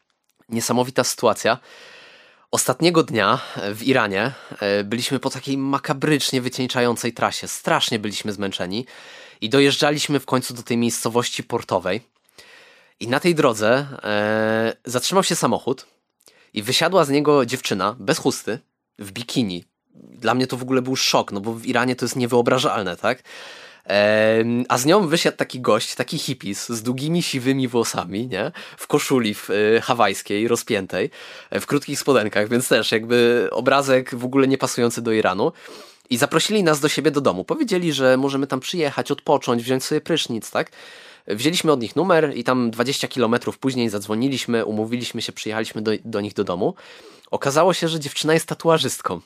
niesamowita sytuacja. Ostatniego dnia w Iranie byliśmy po takiej makabrycznie wycieńczającej trasie. Strasznie byliśmy zmęczeni i dojeżdżaliśmy w końcu do tej miejscowości portowej. I na tej drodze e, zatrzymał się samochód i wysiadła z niego dziewczyna bez chusty, w bikini. Dla mnie to w ogóle był szok, no bo w Iranie to jest niewyobrażalne, tak? E, a z nią wysiadł taki gość, taki hippies z długimi, siwymi włosami, nie? W koszuli w, e, hawajskiej, rozpiętej, w krótkich spodenkach, więc też jakby obrazek w ogóle nie pasujący do Iranu. I zaprosili nas do siebie do domu. Powiedzieli, że możemy tam przyjechać, odpocząć, wziąć sobie prysznic, tak? Wzięliśmy od nich numer i tam dwadzieścia kilometrów później zadzwoniliśmy, umówiliśmy się, przyjechaliśmy do, do nich do domu. Okazało się, że dziewczyna jest tatuażystką.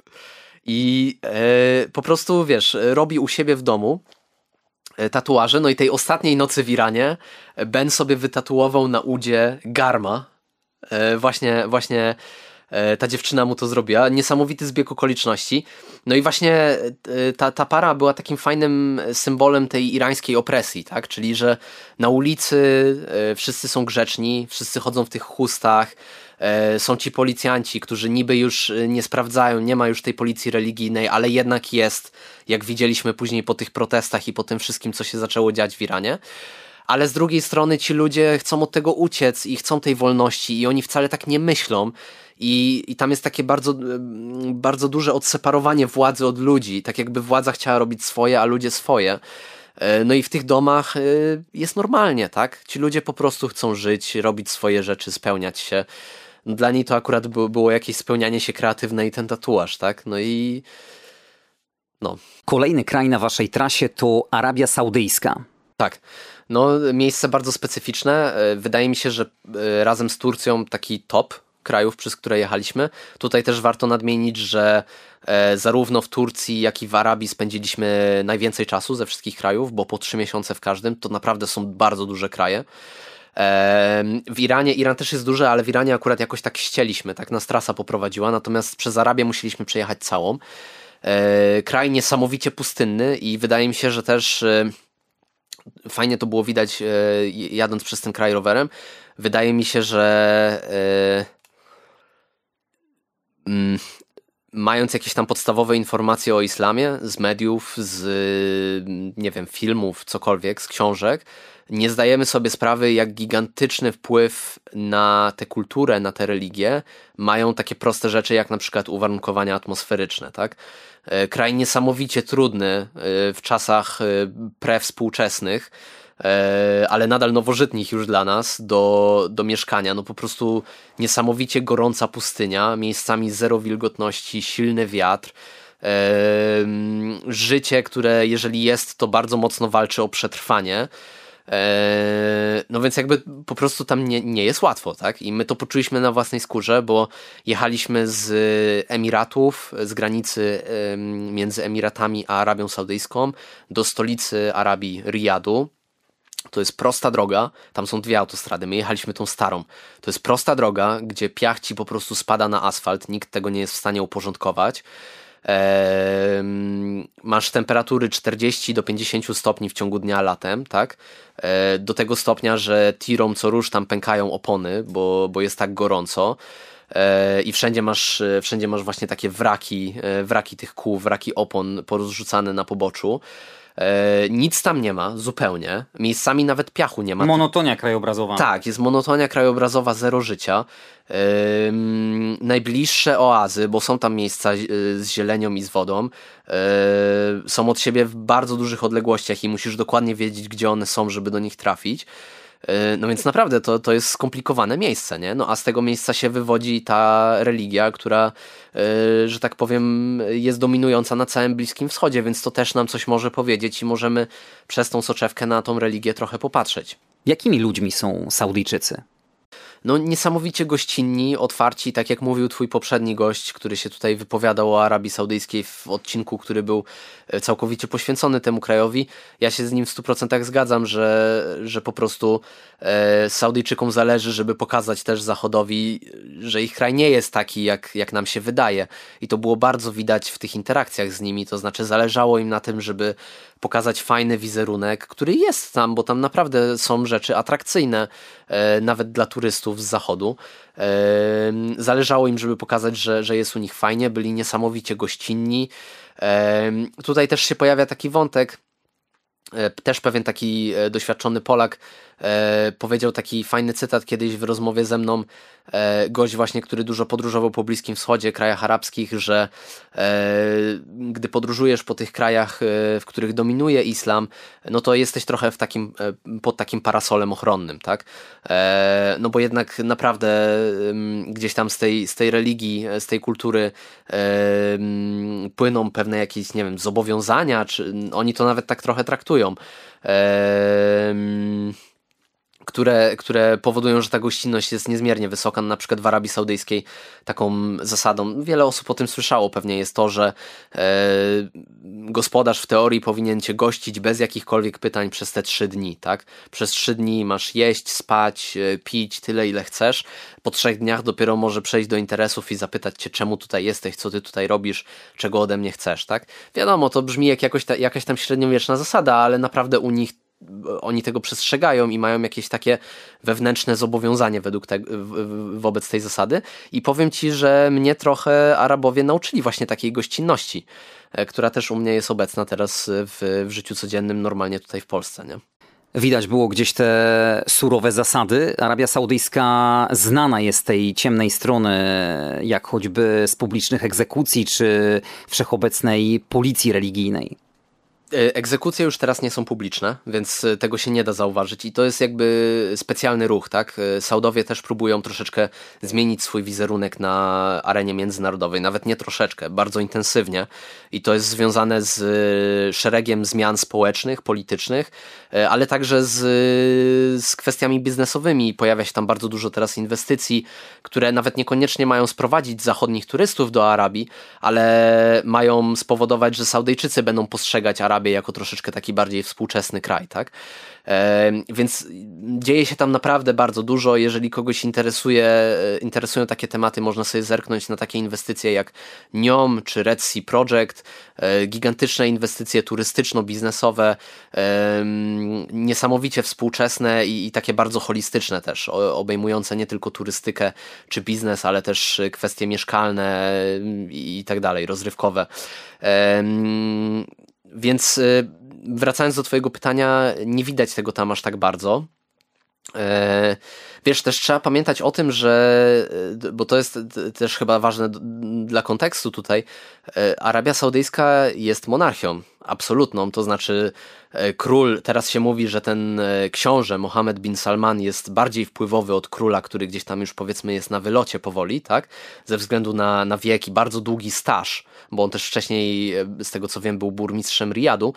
I e, po prostu, wiesz, robi u siebie w domu e, tatuaże. No i tej ostatniej nocy w Iranie Ben sobie wytatuował na udzie garma. E, właśnie, właśnie e, ta dziewczyna mu to zrobiła. Niesamowity zbieg okoliczności. No i właśnie e, ta, ta para była takim fajnym symbolem tej irańskiej opresji, tak? Czyli, że na ulicy e, wszyscy są grzeczni, wszyscy chodzą w tych chustach. Są ci policjanci, którzy niby już nie sprawdzają, nie ma już tej policji religijnej, ale jednak jest, jak widzieliśmy później po tych protestach i po tym wszystkim, co się zaczęło dziać w Iranie. Ale z drugiej strony ci ludzie chcą od tego uciec i chcą tej wolności i oni wcale tak nie myślą. I, i tam jest takie bardzo, bardzo duże odseparowanie władzy od ludzi, tak jakby władza chciała robić swoje, a ludzie swoje. No i w tych domach jest normalnie, tak? Ci ludzie po prostu chcą żyć, robić swoje rzeczy, spełniać się. Dla niej to akurat było jakieś spełnianie się kreatywne i ten tatuaż, tak? No i no. Kolejny kraj na waszej trasie to Arabia Saudyjska. Tak. No miejsce bardzo specyficzne. Wydaje mi się, że razem z Turcją taki top krajów, przez które jechaliśmy. Tutaj też warto nadmienić, że e, zarówno w Turcji, jak i w Arabii spędziliśmy najwięcej czasu ze wszystkich krajów, bo po trzy miesiące w każdym. To naprawdę są bardzo duże kraje. E, w Iranie, Iran też jest duży, ale w Iranie akurat jakoś tak ścieliśmy, tak nas trasa poprowadziła, natomiast przez Arabię musieliśmy przejechać całą. E, kraj niesamowicie pustynny i wydaje mi się, że też e, fajnie to było widać e, jadąc przez ten kraj rowerem. Wydaje mi się, że e, mając jakieś tam podstawowe informacje o islamie z mediów, z nie wiem, filmów, cokolwiek, z książek, nie zdajemy sobie sprawy, jak gigantyczny wpływ na tę kulturę, na tę religię mają takie proste rzeczy, jak na przykład uwarunkowania atmosferyczne, tak? Kraj niesamowicie trudny w czasach prewspółczesnych, ale nadal nowożytnych już dla nas do, do mieszkania. No po prostu niesamowicie gorąca pustynia, miejscami zero wilgotności, silny wiatr, życie, które jeżeli jest, to bardzo mocno walczy o przetrwanie. No więc jakby po prostu tam nie, nie jest łatwo, tak? I my to poczuliśmy na własnej skórze, bo jechaliśmy z Emiratów, z granicy między Emiratami a Arabią Saudyjską do stolicy Arabii, Riyadu. To jest prosta droga, tam są dwie autostrady, my jechaliśmy tą starą. To jest prosta droga, gdzie piach ci po prostu spada na asfalt, nikt tego nie jest w stanie uporządkować. Eee, masz temperatury czterdzieści do pięćdziesięciu stopni w ciągu dnia latem, tak? Eee, do tego stopnia, że tirom co rusz tam pękają opony, bo, bo jest tak gorąco. Eee, I wszędzie masz, wszędzie masz właśnie takie wraki, wraki tych kół, wraki opon porozrzucane na poboczu. E, nic tam nie ma, zupełnie. Miejscami nawet piachu nie ma. Monotonia krajobrazowa. Tak, jest monotonia krajobrazowa, zero życia. E, najbliższe oazy, bo są tam miejsca z zielenią i z wodą, e, są od siebie w bardzo dużych odległościach i musisz dokładnie wiedzieć, gdzie one są, żeby do nich trafić. No więc naprawdę to, to jest skomplikowane miejsce, nie? No a z tego miejsca się wywodzi ta religia, która, yy, że tak powiem, jest dominująca na całym Bliskim Wschodzie, więc to też nam coś może powiedzieć i możemy przez tą soczewkę na tą religię trochę popatrzeć. Jakimi ludźmi są Saudyjczycy? No niesamowicie gościnni, otwarci, tak jak mówił twój poprzedni gość, który się tutaj wypowiadał o Arabii Saudyjskiej w odcinku, który był całkowicie poświęcony temu krajowi. Ja się z nim w stu procentach zgadzam, że, że po prostu e, Saudyjczykom zależy, żeby pokazać też Zachodowi, że ich kraj nie jest taki, jak, jak nam się wydaje. I to było bardzo widać w tych interakcjach z nimi, to znaczy zależało im na tym, żeby pokazać fajny wizerunek, który jest tam, bo tam naprawdę są rzeczy atrakcyjne, e, nawet dla turystów z zachodu. E, zależało im, żeby pokazać, że, że jest u nich fajnie, byli niesamowicie gościnni. E, tutaj też się pojawia taki wątek, e, też pewien taki e, doświadczony Polak e, powiedział taki fajny cytat kiedyś w rozmowie ze mną, e, gość właśnie, który dużo podróżował po Bliskim Wschodzie, krajach arabskich, że e, gdy podróżujesz po tych krajach, e, w których dominuje islam, no to jesteś trochę w takim, e, pod takim parasolem ochronnym, tak? E, no bo jednak naprawdę e, gdzieś tam z tej, z tej religii, z tej kultury e, płyną pewne jakieś, nie wiem, zobowiązania, czy oni to nawet tak trochę traktują. E, Które, które powodują, że ta gościnność jest niezmiernie wysoka. Na przykład w Arabii Saudyjskiej taką zasadą, wiele osób o tym słyszało pewnie, jest to, że e, gospodarz w teorii powinien cię gościć bez jakichkolwiek pytań przez te trzy dni, tak? Przez trzy dni masz jeść, spać, e, pić tyle, ile chcesz. Po trzech dniach dopiero może przejść do interesów i zapytać cię, czemu tutaj jesteś, co ty tutaj robisz, czego ode mnie chcesz, tak? Wiadomo, to brzmi jak jakoś ta, jakaś tam średniowieczna zasada, ale naprawdę u nich oni tego przestrzegają i mają jakieś takie wewnętrzne zobowiązanie według te, wobec tej zasady. I powiem ci, że mnie trochę Arabowie nauczyli właśnie takiej gościnności, która też u mnie jest obecna teraz w, w życiu codziennym, normalnie tutaj w Polsce, nie? Widać było gdzieś te surowe zasady. Arabia Saudyjska znana jest tej ciemnej strony, jak choćby z publicznych egzekucji czy wszechobecnej policji religijnej. Egzekucje już teraz nie są publiczne, więc tego się nie da zauważyć i to jest jakby specjalny ruch, tak? Saudowie też próbują troszeczkę zmienić swój wizerunek na arenie międzynarodowej, nawet nie troszeczkę, bardzo intensywnie i to jest związane z szeregiem zmian społecznych, politycznych, ale także z, z kwestiami biznesowymi. Pojawia się tam bardzo dużo teraz inwestycji, które nawet niekoniecznie mają sprowadzić zachodnich turystów do Arabii, ale mają spowodować, że Saudyjczycy będą postrzegać Arabię jako troszeczkę taki bardziej współczesny kraj, tak? E, więc dzieje się tam naprawdę bardzo dużo. Jeżeli kogoś interesuje, interesują takie tematy, można sobie zerknąć na takie inwestycje jak Neom czy Red Sea Project, e, gigantyczne inwestycje turystyczno-biznesowe, e, niesamowicie współczesne i, i takie bardzo holistyczne też, o, obejmujące nie tylko turystykę czy biznes, ale też kwestie mieszkalne i, i tak dalej, rozrywkowe. E, Więc wracając do twojego pytania, nie widać tego tam aż tak bardzo. Wiesz, też trzeba pamiętać o tym, że, bo to jest też chyba ważne dla kontekstu tutaj, Arabia Saudyjska jest monarchią absolutną, to znaczy król, teraz się mówi, że ten książę Mohammed bin Salman jest bardziej wpływowy od króla, który gdzieś tam już powiedzmy jest na wylocie powoli, tak? Ze względu na, na wiek i bardzo długi staż, bo on też wcześniej, z tego co wiem, był burmistrzem Riyadu.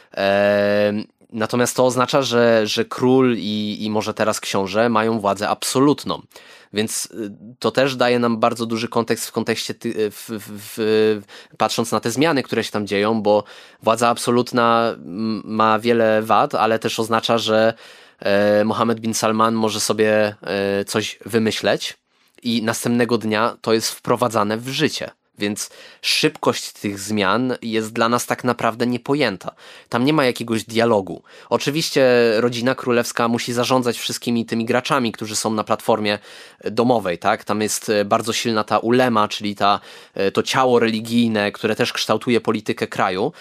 Eee, Natomiast to oznacza, że, że król i, i może teraz książę mają władzę absolutną. Więc to też daje nam bardzo duży kontekst w kontekście, ty, w, w, w, patrząc na te zmiany, które się tam dzieją, bo władza absolutna ma wiele wad, ale też oznacza, że e, Mohammed bin Salman może sobie e, coś wymyśleć i następnego dnia to jest wprowadzane w życie. Więc szybkość tych zmian jest dla nas tak naprawdę niepojęta. Tam nie ma jakiegoś dialogu. Oczywiście rodzina królewska musi zarządzać wszystkimi tymi graczami, którzy są na platformie domowej, tak? Tam jest bardzo silna ta ulema, czyli ta, to ciało religijne, które też kształtuje politykę kraju.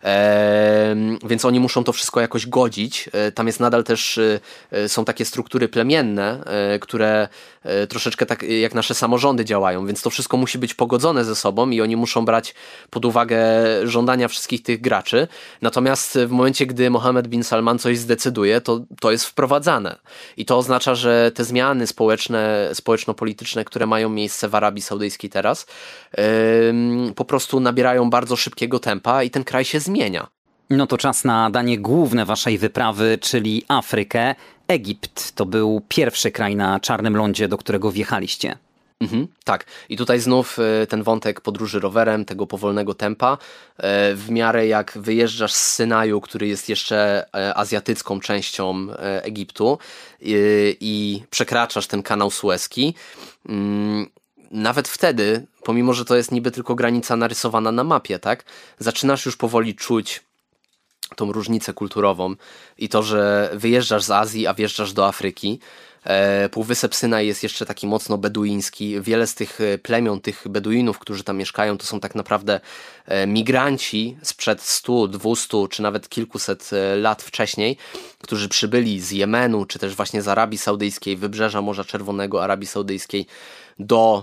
E, więc oni muszą to wszystko jakoś godzić. E, tam jest nadal też, e, są takie struktury plemienne, e, które e, troszeczkę tak jak nasze samorządy działają, więc to wszystko musi być pogodzone ze sobą i oni muszą brać pod uwagę żądania wszystkich tych graczy. Natomiast w momencie, gdy Mohammed bin Salman coś zdecyduje, to, to jest wprowadzane. I to oznacza, że te zmiany społeczne, społeczno-polityczne, które mają miejsce w Arabii Saudyjskiej teraz, e, po prostu nabierają bardzo szybkiego tempa i ten kraj się zmienia. Zmienia. No to czas na danie główne waszej wyprawy, czyli Afrykę. Egipt to był pierwszy kraj na Czarnym Lądzie, do którego wjechaliście. Mhm, tak. I tutaj znów ten wątek podróży rowerem, tego powolnego tempa. W miarę jak wyjeżdżasz z Synaju, który jest jeszcze azjatycką częścią Egiptu i przekraczasz ten kanał Suezki, nawet wtedy, pomimo że to jest niby tylko granica narysowana na mapie, tak, zaczynasz już powoli czuć tą różnicę kulturową i to, że wyjeżdżasz z Azji, a wjeżdżasz do Afryki. Półwysep Synaj jest jeszcze taki mocno beduiński. Wiele z tych plemion, tych Beduinów, którzy tam mieszkają, to są tak naprawdę migranci sprzed stu, dwustu czy nawet kilkuset lat wcześniej, którzy przybyli z Jemenu, czy też właśnie z Arabii Saudyjskiej, wybrzeża Morza Czerwonego, Arabii Saudyjskiej do,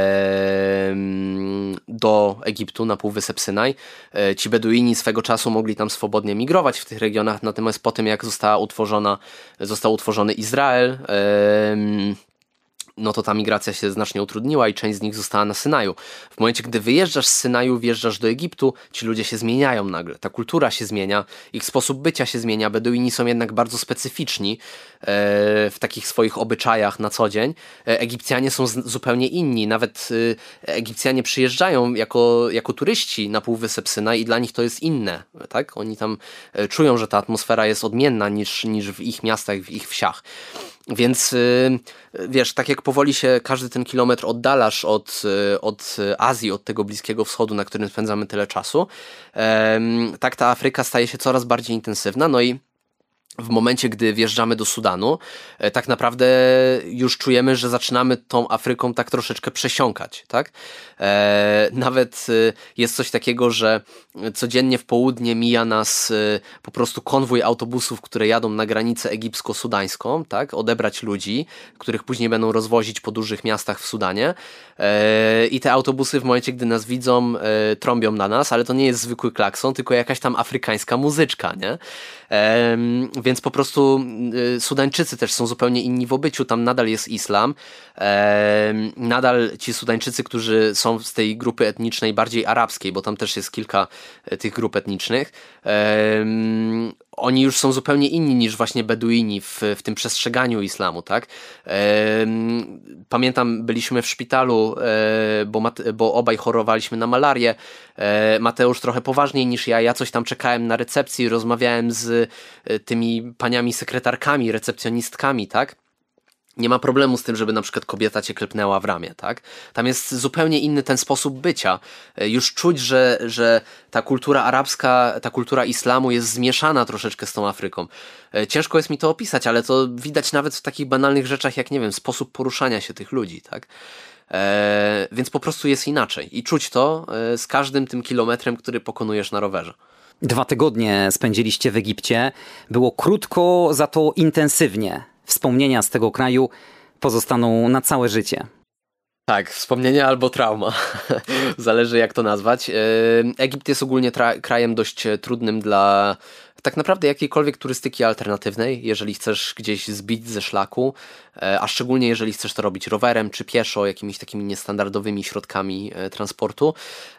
e, do Egiptu na Półwysep Synaj. E, ci Beduini swego czasu mogli tam swobodnie migrować w tych regionach, natomiast po tym jak została utworzona, został utworzony Izrael, e, no to ta migracja się znacznie utrudniła i część z nich została na Synaju. W momencie, gdy wyjeżdżasz z Synaju, wjeżdżasz do Egiptu, ci ludzie się zmieniają nagle, ta kultura się zmienia, ich sposób bycia się zmienia. Beduini są jednak bardzo specyficzni e, w takich swoich obyczajach na co dzień. E, Egipcjanie są z, zupełnie inni, nawet e, Egipcjanie przyjeżdżają jako, jako turyści na Półwysep Synaj i dla nich to jest inne, tak? Oni tam e, czują, że ta atmosfera jest odmienna niż, niż w ich miastach, w ich wsiach. Więc yy, wiesz, tak jak powoli się każdy ten kilometr oddalasz od, yy, od Azji, od tego Bliskiego Wschodu, na którym spędzamy tyle czasu, yy, tak ta Afryka staje się coraz bardziej intensywna, no i w momencie, gdy wjeżdżamy do Sudanu, e, tak naprawdę już czujemy, że zaczynamy tą Afryką tak troszeczkę przesiąkać, tak? E, nawet e, jest coś takiego, że codziennie w południe mija nas e, po prostu konwój autobusów, które jadą na granicę egipsko-sudańską, tak? Odebrać ludzi, których później będą rozwozić po dużych miastach w Sudanie. E, I te autobusy w momencie, gdy nas widzą, e, trąbią na nas, ale to nie jest zwykły klakson, tylko jakaś tam afrykańska muzyczka, nie? E, Więc po prostu y, Sudańczycy też są zupełnie inni w obyciu, tam nadal jest islam, e, nadal ci Sudańczycy, którzy są z tej grupy etnicznej bardziej arabskiej, bo tam też jest kilka e, tych grup etnicznych, e, oni już są zupełnie inni niż właśnie Beduini w, w tym przestrzeganiu islamu, tak? E, pamiętam, byliśmy w szpitalu, e, bo, Mate, bo obaj chorowaliśmy na malarię, e, Mateusz trochę poważniej niż ja, ja coś tam czekałem na recepcji, rozmawiałem z e, tymi paniami sekretarkami, recepcjonistkami, tak? Nie ma problemu z tym, żeby na przykład kobieta cię klepnęła w ramię, tak? Tam jest zupełnie inny ten sposób bycia. Już czuć, że, że ta kultura arabska, ta kultura islamu jest zmieszana troszeczkę z tą Afryką. Ciężko jest mi to opisać, ale to widać nawet w takich banalnych rzeczach, jak nie wiem, sposób poruszania się tych ludzi, tak? E, więc po prostu jest inaczej. I czuć to e, z każdym tym kilometrem, który pokonujesz na rowerze. Dwa tygodnie spędziliście w Egipcie. Było krótko, za to intensywnie. Wspomnienia z tego kraju pozostaną na całe życie. Tak, wspomnienia albo trauma. Zależy jak to nazwać. Egipt jest ogólnie tra- krajem dość trudnym dla tak naprawdę jakiejkolwiek turystyki alternatywnej, jeżeli chcesz gdzieś zbić ze szlaku, a szczególnie jeżeli chcesz to robić rowerem czy pieszo, jakimiś takimi niestandardowymi środkami transportu.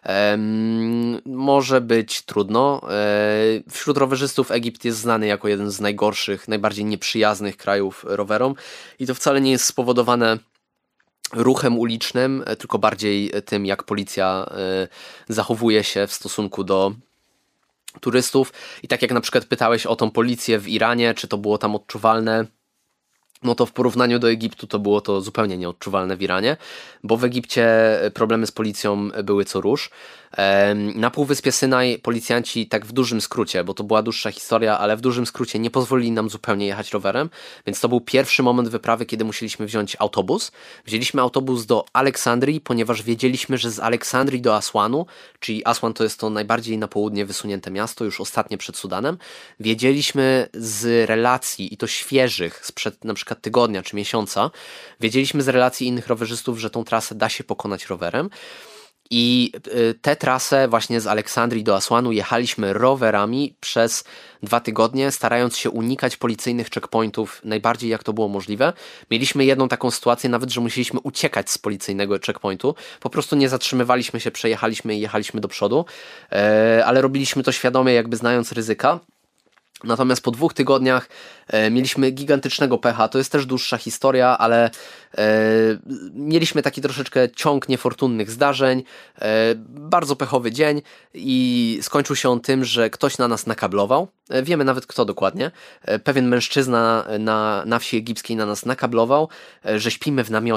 Może być trudno. Wśród rowerzystów Egipt jest znany jako jeden z najgorszych, najbardziej nieprzyjaznych krajów rowerom i to wcale nie jest spowodowane ruchem ulicznym, tylko bardziej tym, jak policja zachowuje się w stosunku do turystów. I tak jak na przykład pytałeś o tą policję w Iranie, czy to było tam odczuwalne, no to w porównaniu do Egiptu to było to zupełnie nieodczuwalne w Iranie, bo w Egipcie problemy z policją były co rusz. Na Półwyspie Synaj policjanci, tak w dużym skrócie, bo to była dłuższa historia, ale w dużym skrócie nie pozwolili nam zupełnie jechać rowerem, więc to był pierwszy moment wyprawy, kiedy musieliśmy wziąć autobus. Wzięliśmy autobus do Aleksandrii, ponieważ wiedzieliśmy, że z Aleksandrii do Asłanu, czyli Aswan to jest to najbardziej na południe wysunięte miasto, już ostatnie przed Sudanem, wiedzieliśmy z relacji, i to świeżych, sprzed na przykład tygodnia czy miesiąca, wiedzieliśmy z relacji innych rowerzystów, że tą trasę da się pokonać rowerem. I tę trasę właśnie z Aleksandrii do Asłanu jechaliśmy rowerami przez dwa tygodnie, starając się unikać policyjnych checkpointów najbardziej jak to było możliwe. Mieliśmy jedną taką sytuację nawet, że musieliśmy uciekać z policyjnego checkpointu. Po prostu nie zatrzymywaliśmy się, przejechaliśmy i jechaliśmy do przodu, ale robiliśmy to świadomie, jakby znając ryzyka. Natomiast po dwóch tygodniach e, mieliśmy gigantycznego pecha. To jest też dłuższa historia, ale e, mieliśmy taki troszeczkę ciąg niefortunnych zdarzeń. E, bardzo pechowy dzień i skończył się on tym, że ktoś na nas nakablował. E, wiemy nawet kto dokładnie. E, pewien mężczyzna na, na wsi egipskiej na nas nakablował, e, że śpimy w namiocie.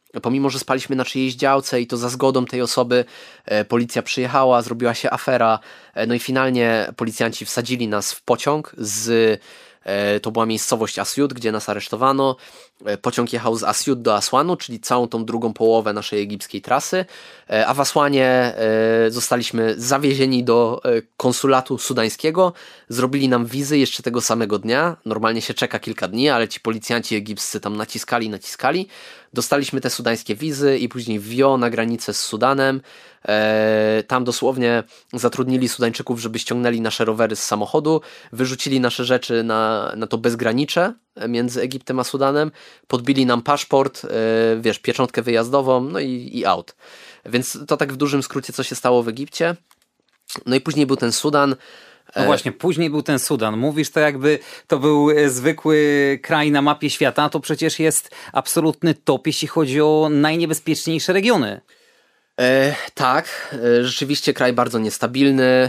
pomimo że spaliśmy na czyjejś działce i to za zgodą tej osoby, policja przyjechała, zrobiła się afera, no i finalnie policjanci wsadzili nas w pociąg z... To była miejscowość Asyut, gdzie nas aresztowano. Pociąg jechał z Asyut do Asłanu, czyli całą tą drugą połowę naszej egipskiej trasy, a w Asłanie zostaliśmy zawiezieni do konsulatu sudańskiego. Zrobili nam wizy jeszcze tego samego dnia. Normalnie się czeka kilka dni, ale ci policjanci egipscy tam naciskali, naciskali. Dostaliśmy te sudańskie wizy i później wio na granicę z Sudanem. Tam dosłownie zatrudnili Sudańczyków, żeby ściągnęli nasze rowery z samochodu, wyrzucili nasze rzeczy na, na to bezgranicze między Egiptem a Sudanem, podbili nam paszport, wiesz, pieczątkę wyjazdową, no i, i out. Więc to tak w dużym skrócie, co się stało w Egipcie. No i później był ten Sudan. No właśnie, później był ten Sudan. Mówisz to jakby to był zwykły kraj na mapie świata, to przecież jest absolutny top, jeśli chodzi o najniebezpieczniejsze regiony. E, tak, e, rzeczywiście kraj bardzo niestabilny. E,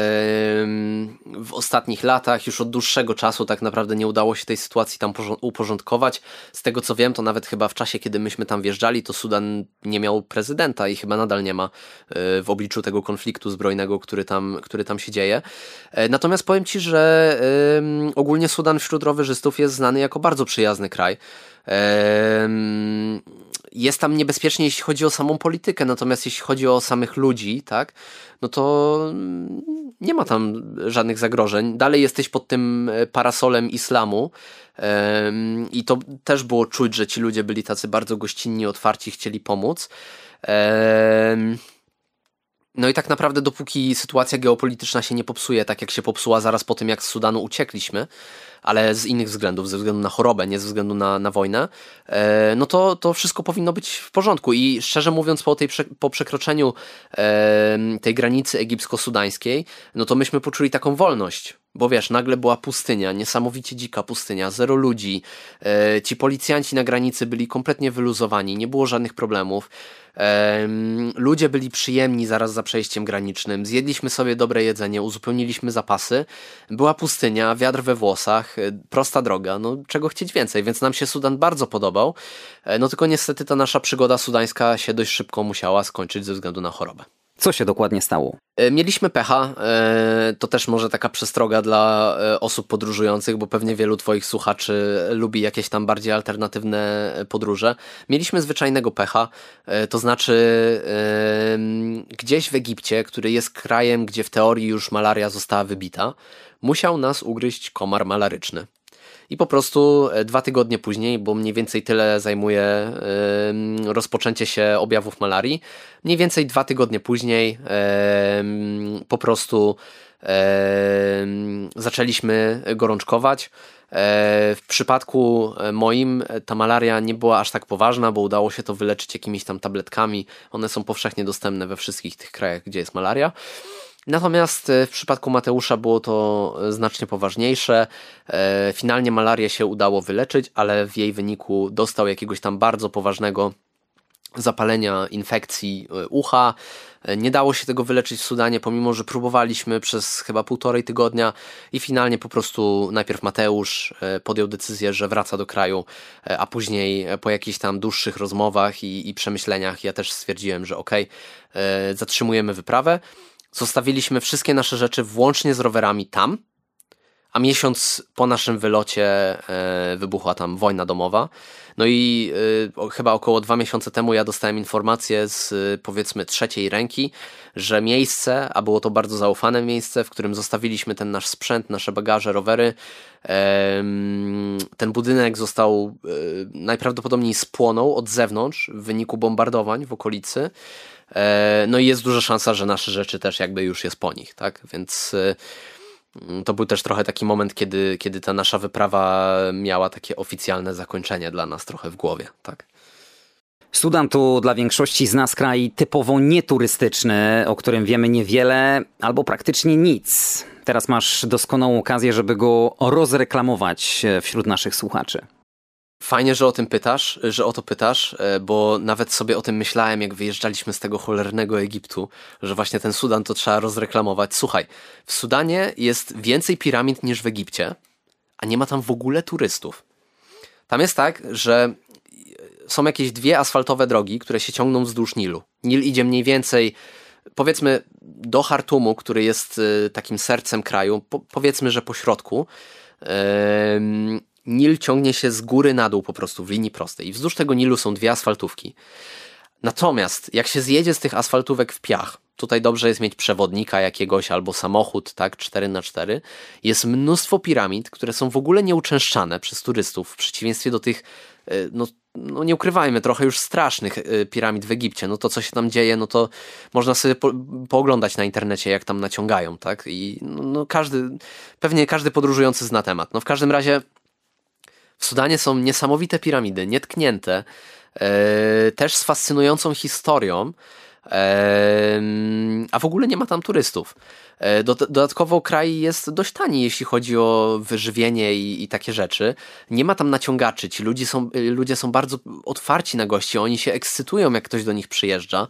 w ostatnich latach, już od dłuższego czasu tak naprawdę nie udało się tej sytuacji tam uporządkować. Z tego co wiem, to nawet chyba w czasie, kiedy myśmy tam wjeżdżali, to Sudan nie miał prezydenta i chyba nadal nie ma e, w obliczu tego konfliktu zbrojnego, który tam, który tam się dzieje. E, natomiast powiem Ci, że e, ogólnie Sudan wśród rowerzystów jest znany jako bardzo przyjazny kraj. E, Jest tam niebezpiecznie, jeśli chodzi o samą politykę, natomiast jeśli chodzi o samych ludzi, tak, no to nie ma tam żadnych zagrożeń. Dalej jesteś pod tym parasolem islamu um, i to też było czuć, że ci ludzie byli tacy bardzo gościnni, otwarci, chcieli pomóc. Um, No i tak naprawdę dopóki sytuacja geopolityczna się nie popsuje, tak jak się popsuła zaraz po tym, jak z Sudanu uciekliśmy, ale z innych względów, ze względu na chorobę, nie ze względu na, na wojnę, e, no to, to wszystko powinno być w porządku. I szczerze mówiąc, po, tej, po przekroczeniu e, tej granicy egipsko-sudańskiej, no to myśmy poczuli taką wolność. Bo wiesz, nagle była pustynia, niesamowicie dzika pustynia, zero ludzi, e, ci policjanci na granicy byli kompletnie wyluzowani, nie było żadnych problemów, e, ludzie byli przyjemni zaraz za przejściem granicznym, zjedliśmy sobie dobre jedzenie, uzupełniliśmy zapasy, była pustynia, wiatr we włosach, e, prosta droga, no czego chcieć więcej, więc nam się Sudan bardzo podobał, e, no tylko niestety ta nasza przygoda sudańska się dość szybko musiała skończyć ze względu na chorobę. Co się dokładnie stało? Mieliśmy pecha, to też może taka przestroga dla osób podróżujących, bo pewnie wielu twoich słuchaczy lubi jakieś tam bardziej alternatywne podróże. Mieliśmy zwyczajnego pecha, to znaczy gdzieś w Egipcie, który jest krajem, gdzie w teorii już malaria została wybita, musiał nas ugryźć komar malaryczny. I po prostu dwa tygodnie później, bo mniej więcej tyle zajmuje y, rozpoczęcie się objawów malarii, mniej więcej dwa tygodnie później y, po prostu y, zaczęliśmy gorączkować. W przypadku moim ta malaria nie była aż tak poważna, bo udało się to wyleczyć jakimiś tam tabletkami. One są powszechnie dostępne we wszystkich tych krajach, gdzie jest malaria. Natomiast w przypadku Mateusza było to znacznie poważniejsze. Finalnie malarię się udało wyleczyć, ale w jej wyniku dostał jakiegoś tam bardzo poważnego zapalenia infekcji ucha. Nie dało się tego wyleczyć w Sudanie, pomimo że próbowaliśmy przez chyba półtorej tygodnia i finalnie po prostu najpierw Mateusz podjął decyzję, że wraca do kraju, a później po jakichś tam dłuższych rozmowach i, i przemyśleniach ja też stwierdziłem, że okej, okay, zatrzymujemy wyprawę. Zostawiliśmy wszystkie nasze rzeczy włącznie z rowerami tam, a miesiąc po naszym wylocie e, wybuchła tam wojna domowa. No i e, chyba około dwa miesiące temu ja dostałem informację z e, powiedzmy trzeciej ręki, że miejsce, a było to bardzo zaufane miejsce, w którym zostawiliśmy ten nasz sprzęt, nasze bagaże, rowery, e, ten budynek został e, najprawdopodobniej spłonął od zewnątrz w wyniku bombardowań w okolicy. E, no i jest duża szansa, że nasze rzeczy też jakby już jest po nich, tak? Więc e, to był też trochę taki moment, kiedy, kiedy ta nasza wyprawa miała takie oficjalne zakończenie dla nas trochę w głowie, tak? Sudan to dla większości z nas kraj typowo nieturystyczny, o którym wiemy niewiele albo praktycznie nic. Teraz masz doskonałą okazję, żeby go rozreklamować wśród naszych słuchaczy. Fajnie, że o tym pytasz, że o to pytasz, bo nawet sobie o tym myślałem, jak wyjeżdżaliśmy z tego cholernego Egiptu, że właśnie ten Sudan to trzeba rozreklamować. Słuchaj, w Sudanie jest więcej piramid niż w Egipcie, a nie ma tam w ogóle turystów. Tam jest tak, że są jakieś dwie asfaltowe drogi, które się ciągną wzdłuż Nilu. Nil idzie mniej więcej, powiedzmy, do Chartumu, który jest takim sercem kraju, po, powiedzmy, że po środku. Nil ciągnie się z góry na dół po prostu w linii prostej i wzdłuż tego Nilu są dwie asfaltówki. Natomiast jak się zjedzie z tych asfaltówek w piach, tutaj dobrze jest mieć przewodnika jakiegoś albo samochód, tak, cztery na cztery, jest mnóstwo piramid, które są w ogóle nieuczęszczane przez turystów, w przeciwieństwie do tych, no, no nie ukrywajmy, trochę już strasznych piramid w Egipcie. No to, co się tam dzieje, no to można sobie po, pooglądać na internecie, jak tam naciągają, tak, i no, no każdy, pewnie każdy podróżujący zna temat. No w każdym razie w Sudanie są niesamowite piramidy, nietknięte, e, też z fascynującą historią, e, a w ogóle nie ma tam turystów. E, do, dodatkowo kraj jest dość tani, jeśli chodzi o wyżywienie i, i takie rzeczy. Nie ma tam naciągaczy, ci ludzie są, ludzie są bardzo otwarci na gości, oni się ekscytują, jak ktoś do nich przyjeżdża.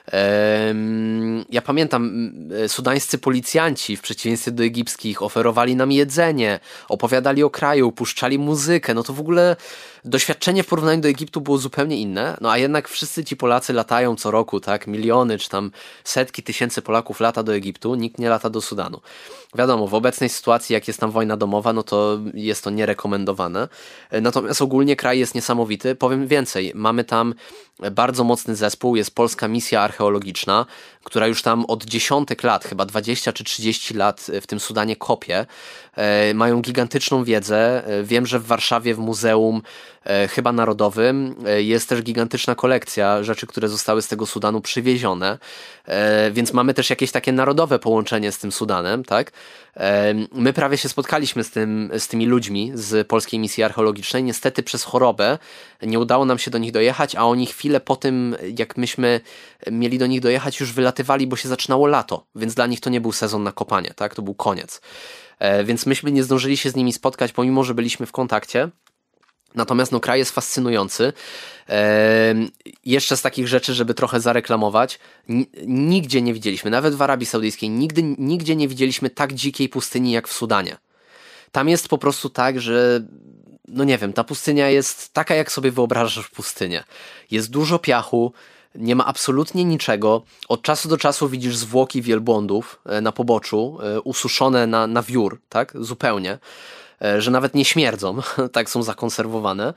Ja pamiętam, sudańscy policjanci w przeciwieństwie do egipskich oferowali nam jedzenie, opowiadali o kraju, puszczali muzykę, no to w ogóle doświadczenie w porównaniu do Egiptu było zupełnie inne, no a jednak wszyscy ci Polacy latają co roku, tak, miliony czy tam setki tysięcy Polaków lata do Egiptu, nikt nie lata do Sudanu. Wiadomo, w obecnej sytuacji, jak jest tam wojna domowa, no to jest to nierekomendowane, natomiast ogólnie kraj jest niesamowity. Powiem więcej, mamy tam bardzo mocny zespół, jest polska misja archeologiczna, która już tam od dziesiątek lat, chyba dwadzieścia czy trzydzieści lat w tym Sudanie kopie. E, mają gigantyczną wiedzę. E, wiem, że w Warszawie w Muzeum e, chyba Narodowym e, jest też gigantyczna kolekcja rzeczy, które zostały z tego Sudanu przywiezione, e, więc mamy też jakieś takie narodowe połączenie z tym Sudanem, tak? E, my prawie się spotkaliśmy z, tym, z tymi ludźmi z polskiej misji archeologicznej. Niestety przez chorobę nie udało nam się do nich dojechać, a oni chwilę po tym, jak myśmy mieli do nich dojechać, już wylatywali, bo się zaczynało lato, więc dla nich to nie był sezon na kopanie, tak? To był koniec. E, więc myśmy nie zdążyli się z nimi spotkać, pomimo że byliśmy w kontakcie. Natomiast no, kraj jest fascynujący. E, jeszcze z takich rzeczy, żeby trochę zareklamować, N- nigdzie nie widzieliśmy, nawet w Arabii Saudyjskiej, nigdy, nigdzie nie widzieliśmy tak dzikiej pustyni jak w Sudanie. Tam jest po prostu tak, że no nie wiem, ta pustynia jest taka, jak sobie wyobrażasz pustynię. Jest dużo piachu, nie ma absolutnie niczego. Od czasu do czasu widzisz zwłoki wielbłądów na poboczu, ususzone na, na wiór, tak? Zupełnie. Że nawet nie śmierdzą, tak są zakonserwowane.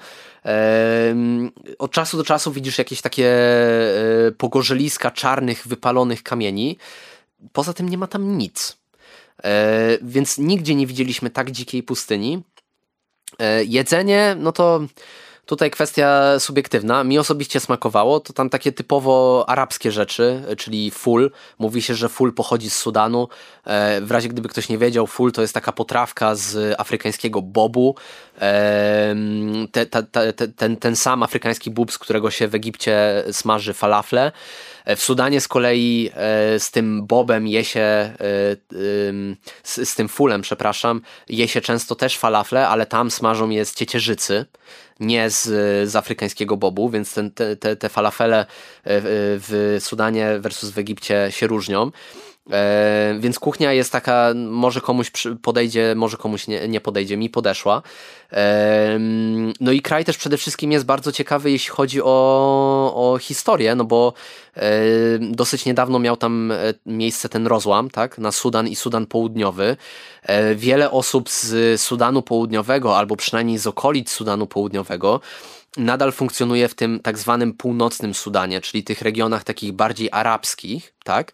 Od czasu do czasu widzisz jakieś takie pogorzeliska czarnych, wypalonych kamieni. Poza tym nie ma tam nic. Więc nigdzie nie widzieliśmy tak dzikiej pustyni. Jedzenie, no to tutaj kwestia subiektywna. Mi osobiście smakowało. To tam takie typowo arabskie rzeczy, czyli ful. Mówi się, że ful pochodzi z Sudanu. W razie gdyby ktoś nie wiedział, ful to jest taka potrawka z afrykańskiego bobu. Te, te, te, ten, ten sam afrykański bób, z którego się w Egipcie smaży falafle. W Sudanie z kolei z tym bobem je się, z, z tym fulem, przepraszam, je się często też falafle, ale tam smażą je z ciecierzycy, nie z, z afrykańskiego bobu, więc ten, te, te, te falafele w Sudanie versus w Egipcie się różnią. E, więc kuchnia jest taka, może komuś podejdzie, może komuś nie, nie podejdzie, mi podeszła. E, no i kraj też przede wszystkim jest bardzo ciekawy, jeśli chodzi o, o historię, no bo e, dosyć niedawno miał tam miejsce ten rozłam, tak, na Sudan i Sudan Południowy. E, wiele osób z Sudanu Południowego, albo przynajmniej z okolic Sudanu Południowego, nadal funkcjonuje w tym tak zwanym północnym Sudanie, czyli tych regionach takich bardziej arabskich, tak?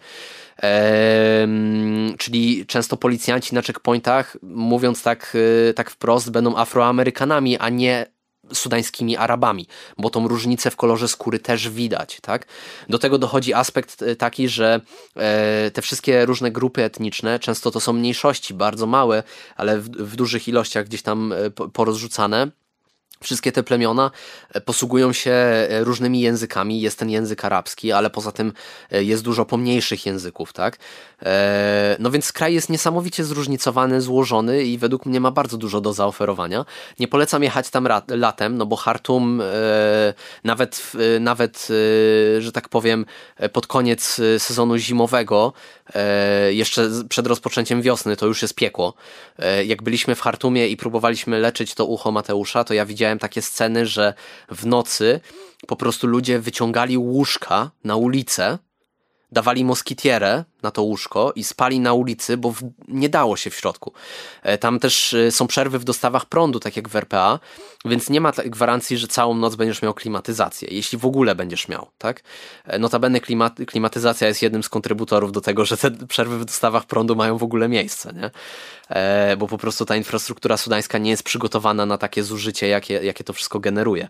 Ehm, czyli często policjanci na checkpointach, mówiąc tak, tak wprost, będą Afroamerykanami, a nie sudańskimi Arabami, bo tą różnicę w kolorze skóry też widać, tak? Do tego dochodzi aspekt taki, że e, te wszystkie różne grupy etniczne, często to są mniejszości, bardzo małe, ale w, w dużych ilościach gdzieś tam porozrzucane. Wszystkie te plemiona posługują się różnymi językami, jest ten język arabski, ale poza tym jest dużo pomniejszych języków, tak? No więc kraj jest niesamowicie zróżnicowany, złożony i według mnie ma bardzo dużo do zaoferowania. Nie polecam jechać tam latem, no bo Chartum nawet, nawet, że tak powiem, pod koniec sezonu zimowego, jeszcze przed rozpoczęciem wiosny, to już jest piekło. Jak byliśmy w Chartumie i próbowaliśmy leczyć to ucho Mateusza, to ja widziałem widziałem takie sceny, że w nocy po prostu ludzie wyciągali łóżka na ulicę, dawali moskitierę na to łóżko i spali na ulicy, bo w, nie dało się w środku. Tam też są przerwy w dostawach prądu, tak jak w R P A, więc nie ma gwarancji, że całą noc będziesz miał klimatyzację, jeśli w ogóle będziesz miał, tak? Notabene klimat, klimatyzacja jest jednym z kontrybutorów do tego, że te przerwy w dostawach prądu mają w ogóle miejsce, nie? E, bo po prostu ta infrastruktura sudańska nie jest przygotowana na takie zużycie, jakie, jakie to wszystko generuje.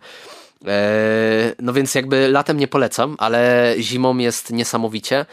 No więc jakby latem nie polecam, ale zimą jest niesamowicie.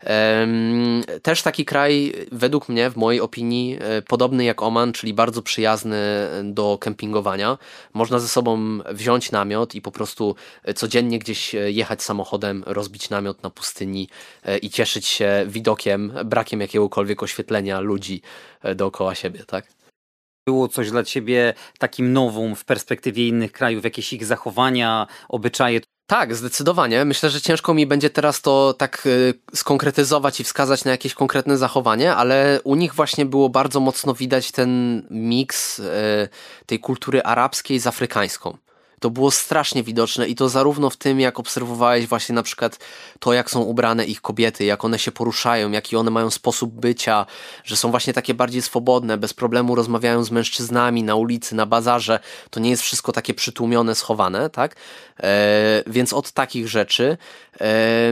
Też taki kraj, według mnie, w mojej opinii, podobny jak Oman, czyli bardzo przyjazny do kempingowania. Można ze sobą wziąć namiot i po prostu codziennie gdzieś jechać samochodem, rozbić namiot na pustyni i cieszyć się widokiem, brakiem jakiegokolwiek oświetlenia ludzi dookoła siebie, tak? Było coś dla ciebie takim nowum w perspektywie innych krajów, jakieś ich zachowania, obyczaje? Tak, zdecydowanie. Myślę, że ciężko mi będzie teraz to tak y, skonkretyzować i wskazać na jakieś konkretne zachowanie, ale u nich właśnie było bardzo mocno widać ten miks y, tej kultury arabskiej z afrykańską. To było strasznie widoczne i to zarówno w tym, jak obserwowałeś właśnie na przykład to, jak są ubrane ich kobiety, jak one się poruszają, jaki one mają sposób bycia, że są właśnie takie bardziej swobodne, bez problemu rozmawiają z mężczyznami na ulicy, na bazarze. To nie jest wszystko takie przytłumione, schowane, tak? E, więc od takich rzeczy e,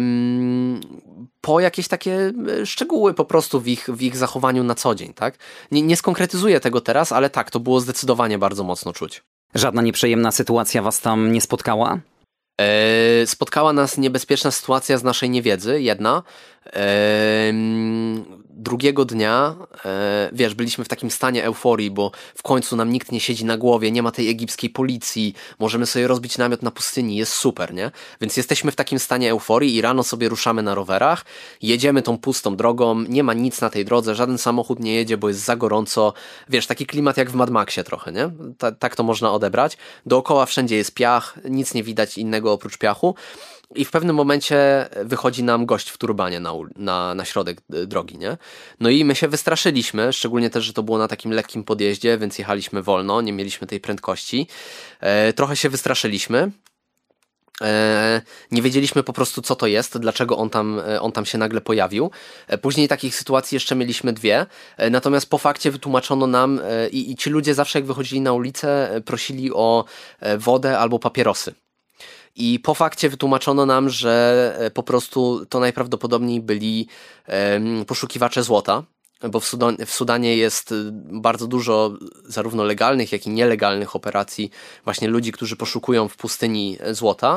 po jakieś takie szczegóły po prostu w ich, w ich zachowaniu na co dzień, tak? Nie, nie skonkretyzuję tego teraz, ale tak, to było zdecydowanie bardzo mocno czuć. Żadna nieprzyjemna sytuacja was tam nie spotkała? E, spotkała nas niebezpieczna sytuacja z naszej niewiedzy, jedna. E, drugiego dnia, e, wiesz, byliśmy w takim stanie euforii, bo w końcu nam nikt nie siedzi na głowie, nie ma tej egipskiej policji, możemy sobie rozbić namiot na pustyni, jest super, nie? Więc jesteśmy w takim stanie euforii i rano sobie ruszamy na rowerach, jedziemy tą pustą drogą, nie ma nic na tej drodze, żaden samochód nie jedzie, bo jest za gorąco, wiesz, taki klimat jak w Mad Maxie trochę, nie? Ta, tak to można odebrać. Dookoła wszędzie jest piach, nic nie widać innego oprócz piachu. I w pewnym momencie wychodzi nam gość w turbanie na, na, na środek drogi, nie? No i my się wystraszyliśmy, szczególnie też, że to było na takim lekkim podjeździe, więc jechaliśmy wolno, nie mieliśmy tej prędkości. E, trochę się wystraszyliśmy. E, nie wiedzieliśmy po prostu, co to jest, dlaczego on tam, on tam się nagle pojawił. E, później takich sytuacji jeszcze mieliśmy dwie, e, natomiast po fakcie wytłumaczono nam e, i, i ci ludzie zawsze jak wychodzili na ulicę, prosili o wodę albo papierosy. I po fakcie wytłumaczono nam, że po prostu to najprawdopodobniej byli um, poszukiwacze złota, bo w, Sudan- w Sudanie jest bardzo dużo zarówno legalnych, jak i nielegalnych operacji właśnie ludzi, którzy poszukują w pustyni złota.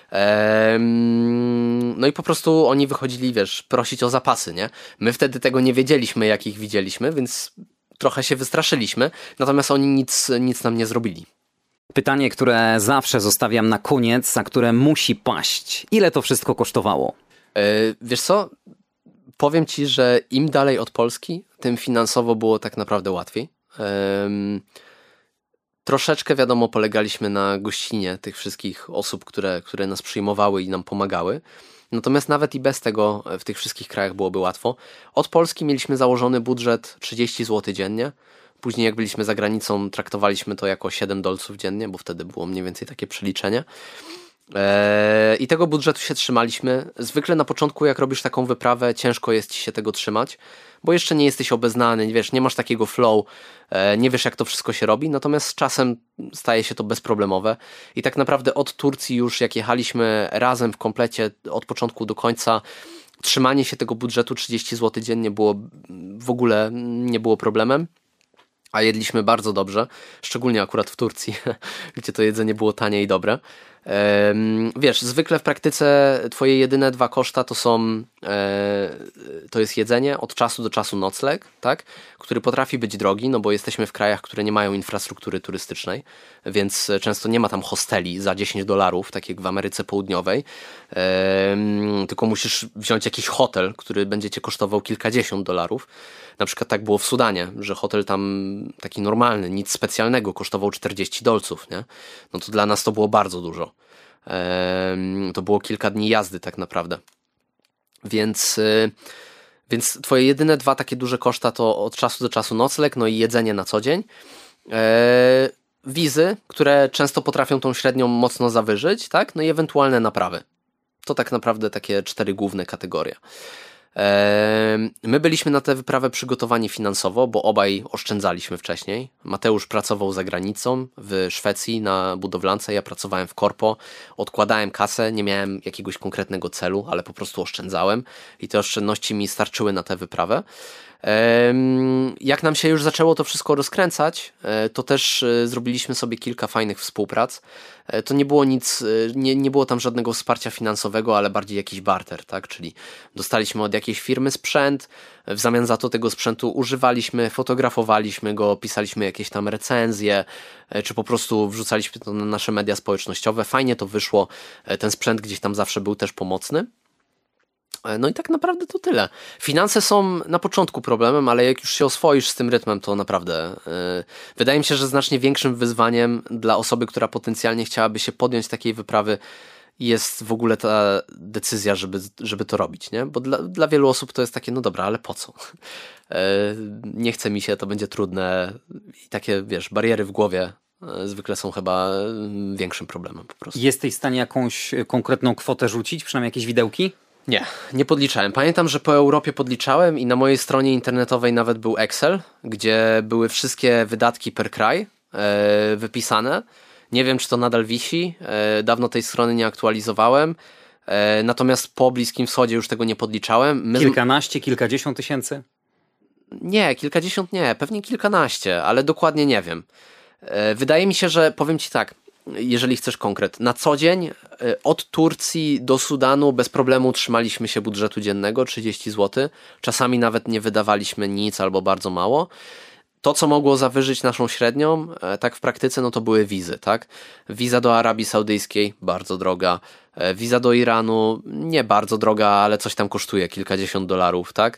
Um, no i po prostu oni wychodzili, wiesz, prosić o zapasy, nie? My wtedy tego nie wiedzieliśmy, jak ich widzieliśmy, więc trochę się wystraszyliśmy, natomiast oni nic, nic nam nie zrobili. Pytanie, które zawsze zostawiam na koniec, a które musi paść. Ile to wszystko kosztowało? Yy, wiesz co? Powiem ci, że im dalej od Polski, tym finansowo było tak naprawdę łatwiej. Yy, troszeczkę, wiadomo, polegaliśmy na gościnie tych wszystkich osób, które, które nas przyjmowały i nam pomagały. Natomiast nawet i bez tego w tych wszystkich krajach byłoby łatwo. Od Polski mieliśmy założony budżet trzydzieści złotych dziennie. Później jak byliśmy za granicą, traktowaliśmy to jako siedem dolców dziennie, bo wtedy było mniej więcej takie przeliczenie. Eee, I tego budżetu się trzymaliśmy. Zwykle na początku, jak robisz taką wyprawę, ciężko jest ci się tego trzymać, bo jeszcze nie jesteś obeznany, wiesz, nie masz takiego flow, e, nie wiesz jak to wszystko się robi, natomiast z czasem staje się to bezproblemowe. I tak naprawdę od Turcji już jak jechaliśmy razem w komplecie od początku do końca, trzymanie się tego budżetu trzydzieści złotych dziennie było w ogóle nie było problemem. A jedliśmy bardzo dobrze, szczególnie akurat w Turcji, gdzie to jedzenie było tanie i dobre. Wiesz, zwykle w praktyce twoje jedyne dwa koszta to są to jest jedzenie, od czasu do czasu nocleg, tak? Który potrafi być drogi, no bo jesteśmy w krajach, które nie mają infrastruktury turystycznej, więc często nie ma tam hosteli za dziesięć dolarów, tak jak w Ameryce Południowej, tylko musisz wziąć jakiś hotel, który będzie cię kosztował kilkadziesiąt dolarów. Na przykład tak było w Sudanie, że hotel tam taki normalny, nic specjalnego, kosztował czterdzieści dolców, nie? No to dla nas to było bardzo dużo. Ehm, to było kilka dni jazdy tak naprawdę. Więc, yy, więc twoje jedyne dwa takie duże koszta to od czasu do czasu nocleg, no i jedzenie na co dzień. Eee, wizy, które często potrafią tą średnią mocno zawyżyć, tak? No i ewentualne naprawy. To tak naprawdę takie cztery główne kategorie. My byliśmy na tę wyprawę przygotowani finansowo, bo obaj oszczędzaliśmy wcześniej. Mateusz pracował za granicą w Szwecji na budowlance, ja pracowałem w korpo, odkładałem kasę, nie miałem jakiegoś konkretnego celu, ale po prostu oszczędzałem i te oszczędności mi starczyły na tę wyprawę. Jak nam się już zaczęło to wszystko rozkręcać, to też zrobiliśmy sobie kilka fajnych współprac. To nie było nic, nie, nie było tam żadnego wsparcia finansowego, ale bardziej jakiś barter, tak? Czyli dostaliśmy od jakiejś firmy sprzęt, w zamian za to tego sprzętu używaliśmy, fotografowaliśmy go, pisaliśmy jakieś tam recenzje, czy po prostu wrzucaliśmy to na nasze media społecznościowe. Fajnie to wyszło, ten sprzęt gdzieś tam zawsze był też pomocny. No i tak naprawdę to tyle. Finanse są na początku problemem, ale jak już się oswoisz z tym rytmem, to naprawdę yy, wydaje mi się, że znacznie większym wyzwaniem dla osoby, która potencjalnie chciałaby się podjąć takiej wyprawy, jest w ogóle ta decyzja, żeby, żeby to robić, nie? Bo dla, dla wielu osób to jest takie, no dobra, ale po co? Yy, nie chce mi się, to będzie trudne i takie, wiesz, bariery w głowie zwykle są chyba większym problemem po prostu. Jesteś w stanie jakąś konkretną kwotę rzucić, przynajmniej jakieś widełki? Nie, nie podliczałem. Pamiętam, że po Europie podliczałem i na mojej stronie internetowej nawet był Excel, gdzie były wszystkie wydatki per kraj e, wypisane. Nie wiem, czy to nadal wisi. E, dawno tej strony nie aktualizowałem. E, natomiast po Bliskim Wschodzie już tego nie podliczałem. My Kilkanaście, z... kilkadziesiąt tysięcy? Nie, kilkadziesiąt nie, pewnie kilkanaście, ale dokładnie nie wiem. E, wydaje mi się, że powiem ci tak, jeżeli chcesz konkret, na co dzień od Turcji do Sudanu bez problemu trzymaliśmy się budżetu dziennego, trzydzieści złotych. Czasami nawet nie wydawaliśmy nic albo bardzo mało. To, co mogło zawyżyć naszą średnią, tak w praktyce, no to były wizy, tak? Wiza do Arabii Saudyjskiej, bardzo droga. Wiza do Iranu, nie bardzo droga, ale coś tam kosztuje, kilkadziesiąt dolarów, tak?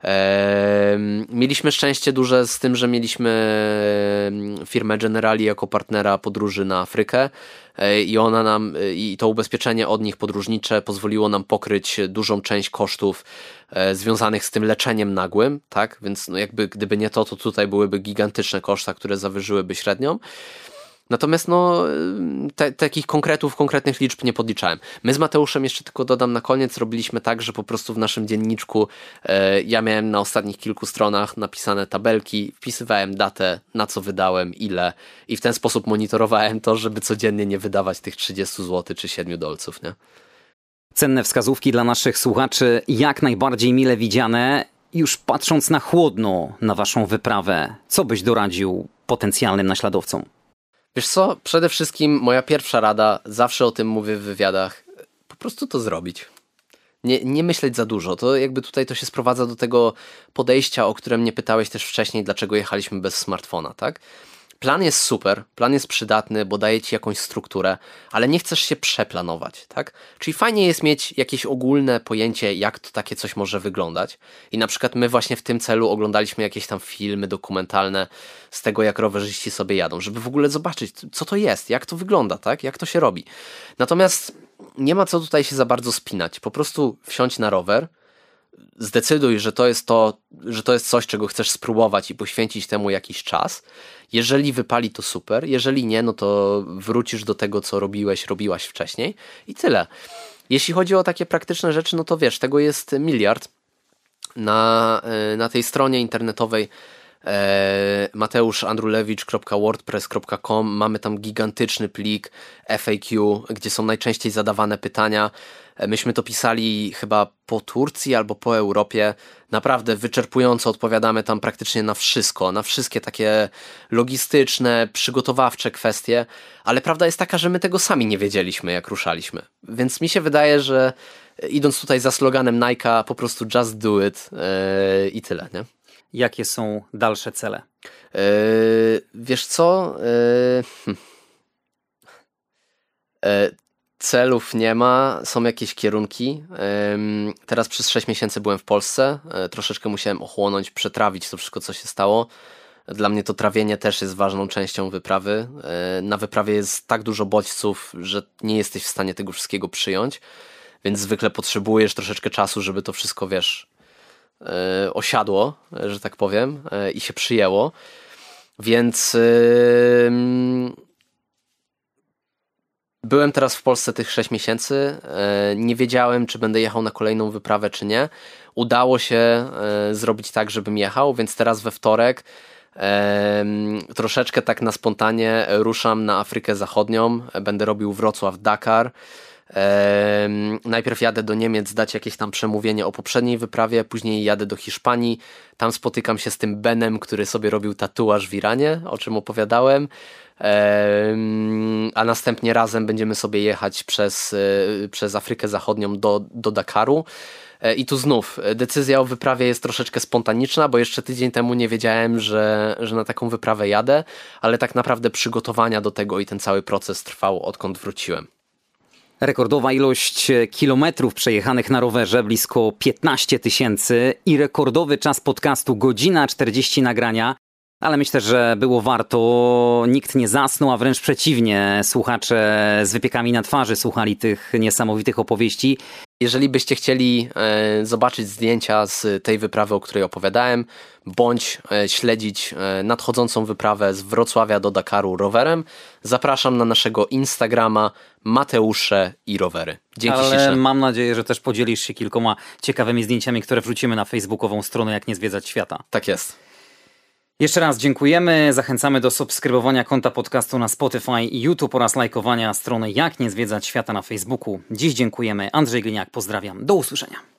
Eee, mieliśmy szczęście duże z tym, że mieliśmy firmę Generali jako partnera podróży na Afrykę i ona nam, i to ubezpieczenie od nich podróżnicze pozwoliło nam pokryć dużą część kosztów e, związanych z tym leczeniem nagłym, tak? Więc no jakby gdyby nie to, to tutaj byłyby gigantyczne koszta, które zawyżyłyby średnią. Natomiast no, te, takich konkretów, konkretnych liczb nie podliczałem. My z Mateuszem, jeszcze tylko dodam na koniec, robiliśmy tak, że po prostu w naszym dzienniczku e, ja miałem na ostatnich kilku stronach napisane tabelki, wpisywałem datę, na co wydałem, ile i w ten sposób monitorowałem to, żeby codziennie nie wydawać tych trzydzieści złotych czy siedmiu dolców, nie? Cenne wskazówki dla naszych słuchaczy, jak najbardziej mile widziane. Już patrząc na chłodno na waszą wyprawę, co byś doradził potencjalnym naśladowcom? Wiesz co, przede wszystkim moja pierwsza rada, zawsze o tym mówię w wywiadach, po prostu to zrobić. Nie, nie myśleć za dużo, to jakby tutaj to się sprowadza do tego podejścia, o którym mnie pytałeś też wcześniej, dlaczego jechaliśmy bez smartfona, tak? Plan jest super, plan jest przydatny, bo daje ci jakąś strukturę, ale nie chcesz się przeplanować, tak? Czyli fajnie jest mieć jakieś ogólne pojęcie, jak to takie coś może wyglądać. I na przykład my właśnie w tym celu oglądaliśmy jakieś tam filmy dokumentalne z tego, jak rowerzyści sobie jadą, żeby w ogóle zobaczyć, co to jest, jak to wygląda, tak? Jak to się robi. Natomiast nie ma co tutaj się za bardzo spinać. Po prostu wsiądź na rower, zdecyduj, że to jest to, że to jest coś, czego chcesz spróbować i poświęcić temu jakiś czas. Jeżeli wypali, to super. Jeżeli nie, no to wrócisz do tego, co robiłeś, robiłaś wcześniej i tyle. Jeśli chodzi o takie praktyczne rzeczy, no to wiesz, tego jest miliard. Na, na tej stronie internetowej mateusz andrulewicz kropka wordpress kropka com mamy tam gigantyczny plik F A Q, gdzie są najczęściej zadawane pytania. Myśmy to pisali chyba po Turcji albo po Europie. Naprawdę wyczerpująco odpowiadamy tam praktycznie na wszystko, na wszystkie takie logistyczne, przygotowawcze kwestie, ale prawda jest taka, że my tego sami nie wiedzieliśmy, jak ruszaliśmy. Więc mi się wydaje, że idąc tutaj za sloganem Nike'a, po prostu just do it yy, i tyle, nie? Jakie są dalsze cele? Yy, wiesz co? Yy, yy, celów nie ma, są jakieś kierunki. Yy, teraz przez sześć miesięcy byłem w Polsce. Yy, troszeczkę musiałem ochłonąć, przetrawić to wszystko, co się stało. Dla mnie to trawienie też jest ważną częścią wyprawy. Yy, na wyprawie jest tak dużo bodźców, że nie jesteś w stanie tego wszystkiego przyjąć. Więc zwykle potrzebujesz troszeczkę czasu, żeby to wszystko, wiesz, osiadło, że tak powiem, i się przyjęło. Więc yy, byłem teraz w Polsce tych sześć miesięcy. Yy, nie wiedziałem, czy będę jechał na kolejną wyprawę, czy nie. Udało się yy, zrobić tak, żebym jechał, więc teraz we wtorek yy, troszeczkę tak na spontanie ruszam na Afrykę Zachodnią. Będę robił Wrocław-Dakar. Ehm, najpierw jadę do Niemiec dać jakieś tam przemówienie o poprzedniej wyprawie, później jadę do Hiszpanii, tam spotykam się z tym Benem, który sobie robił tatuaż w Iranie, o czym opowiadałem, ehm, a następnie razem będziemy sobie jechać przez, e, przez Afrykę Zachodnią do, do Dakaru. I tu znów decyzja o wyprawie jest troszeczkę spontaniczna, bo jeszcze tydzień temu nie wiedziałem, że, że na taką wyprawę jadę, ale tak naprawdę przygotowania do tego i ten cały proces trwał, odkąd wróciłem. Rekordowa ilość kilometrów przejechanych na rowerze, blisko piętnaście tysięcy i rekordowy czas podcastu, godzina czterdzieści nagrania. Ale myślę, że było warto, nikt nie zasnął, a wręcz przeciwnie, słuchacze z wypiekami na twarzy słuchali tych niesamowitych opowieści. Jeżeli byście chcieli e, zobaczyć zdjęcia z tej wyprawy, o której opowiadałem, bądź e, śledzić e, nadchodzącą wyprawę z Wrocławia do Dakaru rowerem, zapraszam na naszego Instagrama Mateusze i rowery. Dzięki Ale śliczne. Mam nadzieję, że też podzielisz się kilkoma ciekawymi zdjęciami, które wrzucimy na facebookową stronę Jak nie zwiedzać świata. Tak jest. Jeszcze raz dziękujemy, zachęcamy do subskrybowania konta podcastu na Spotify i YouTube oraz lajkowania strony Jak nie zwiedzać świata na Facebooku. Dziś dziękujemy, Andrzej Gliniak, pozdrawiam, do usłyszenia.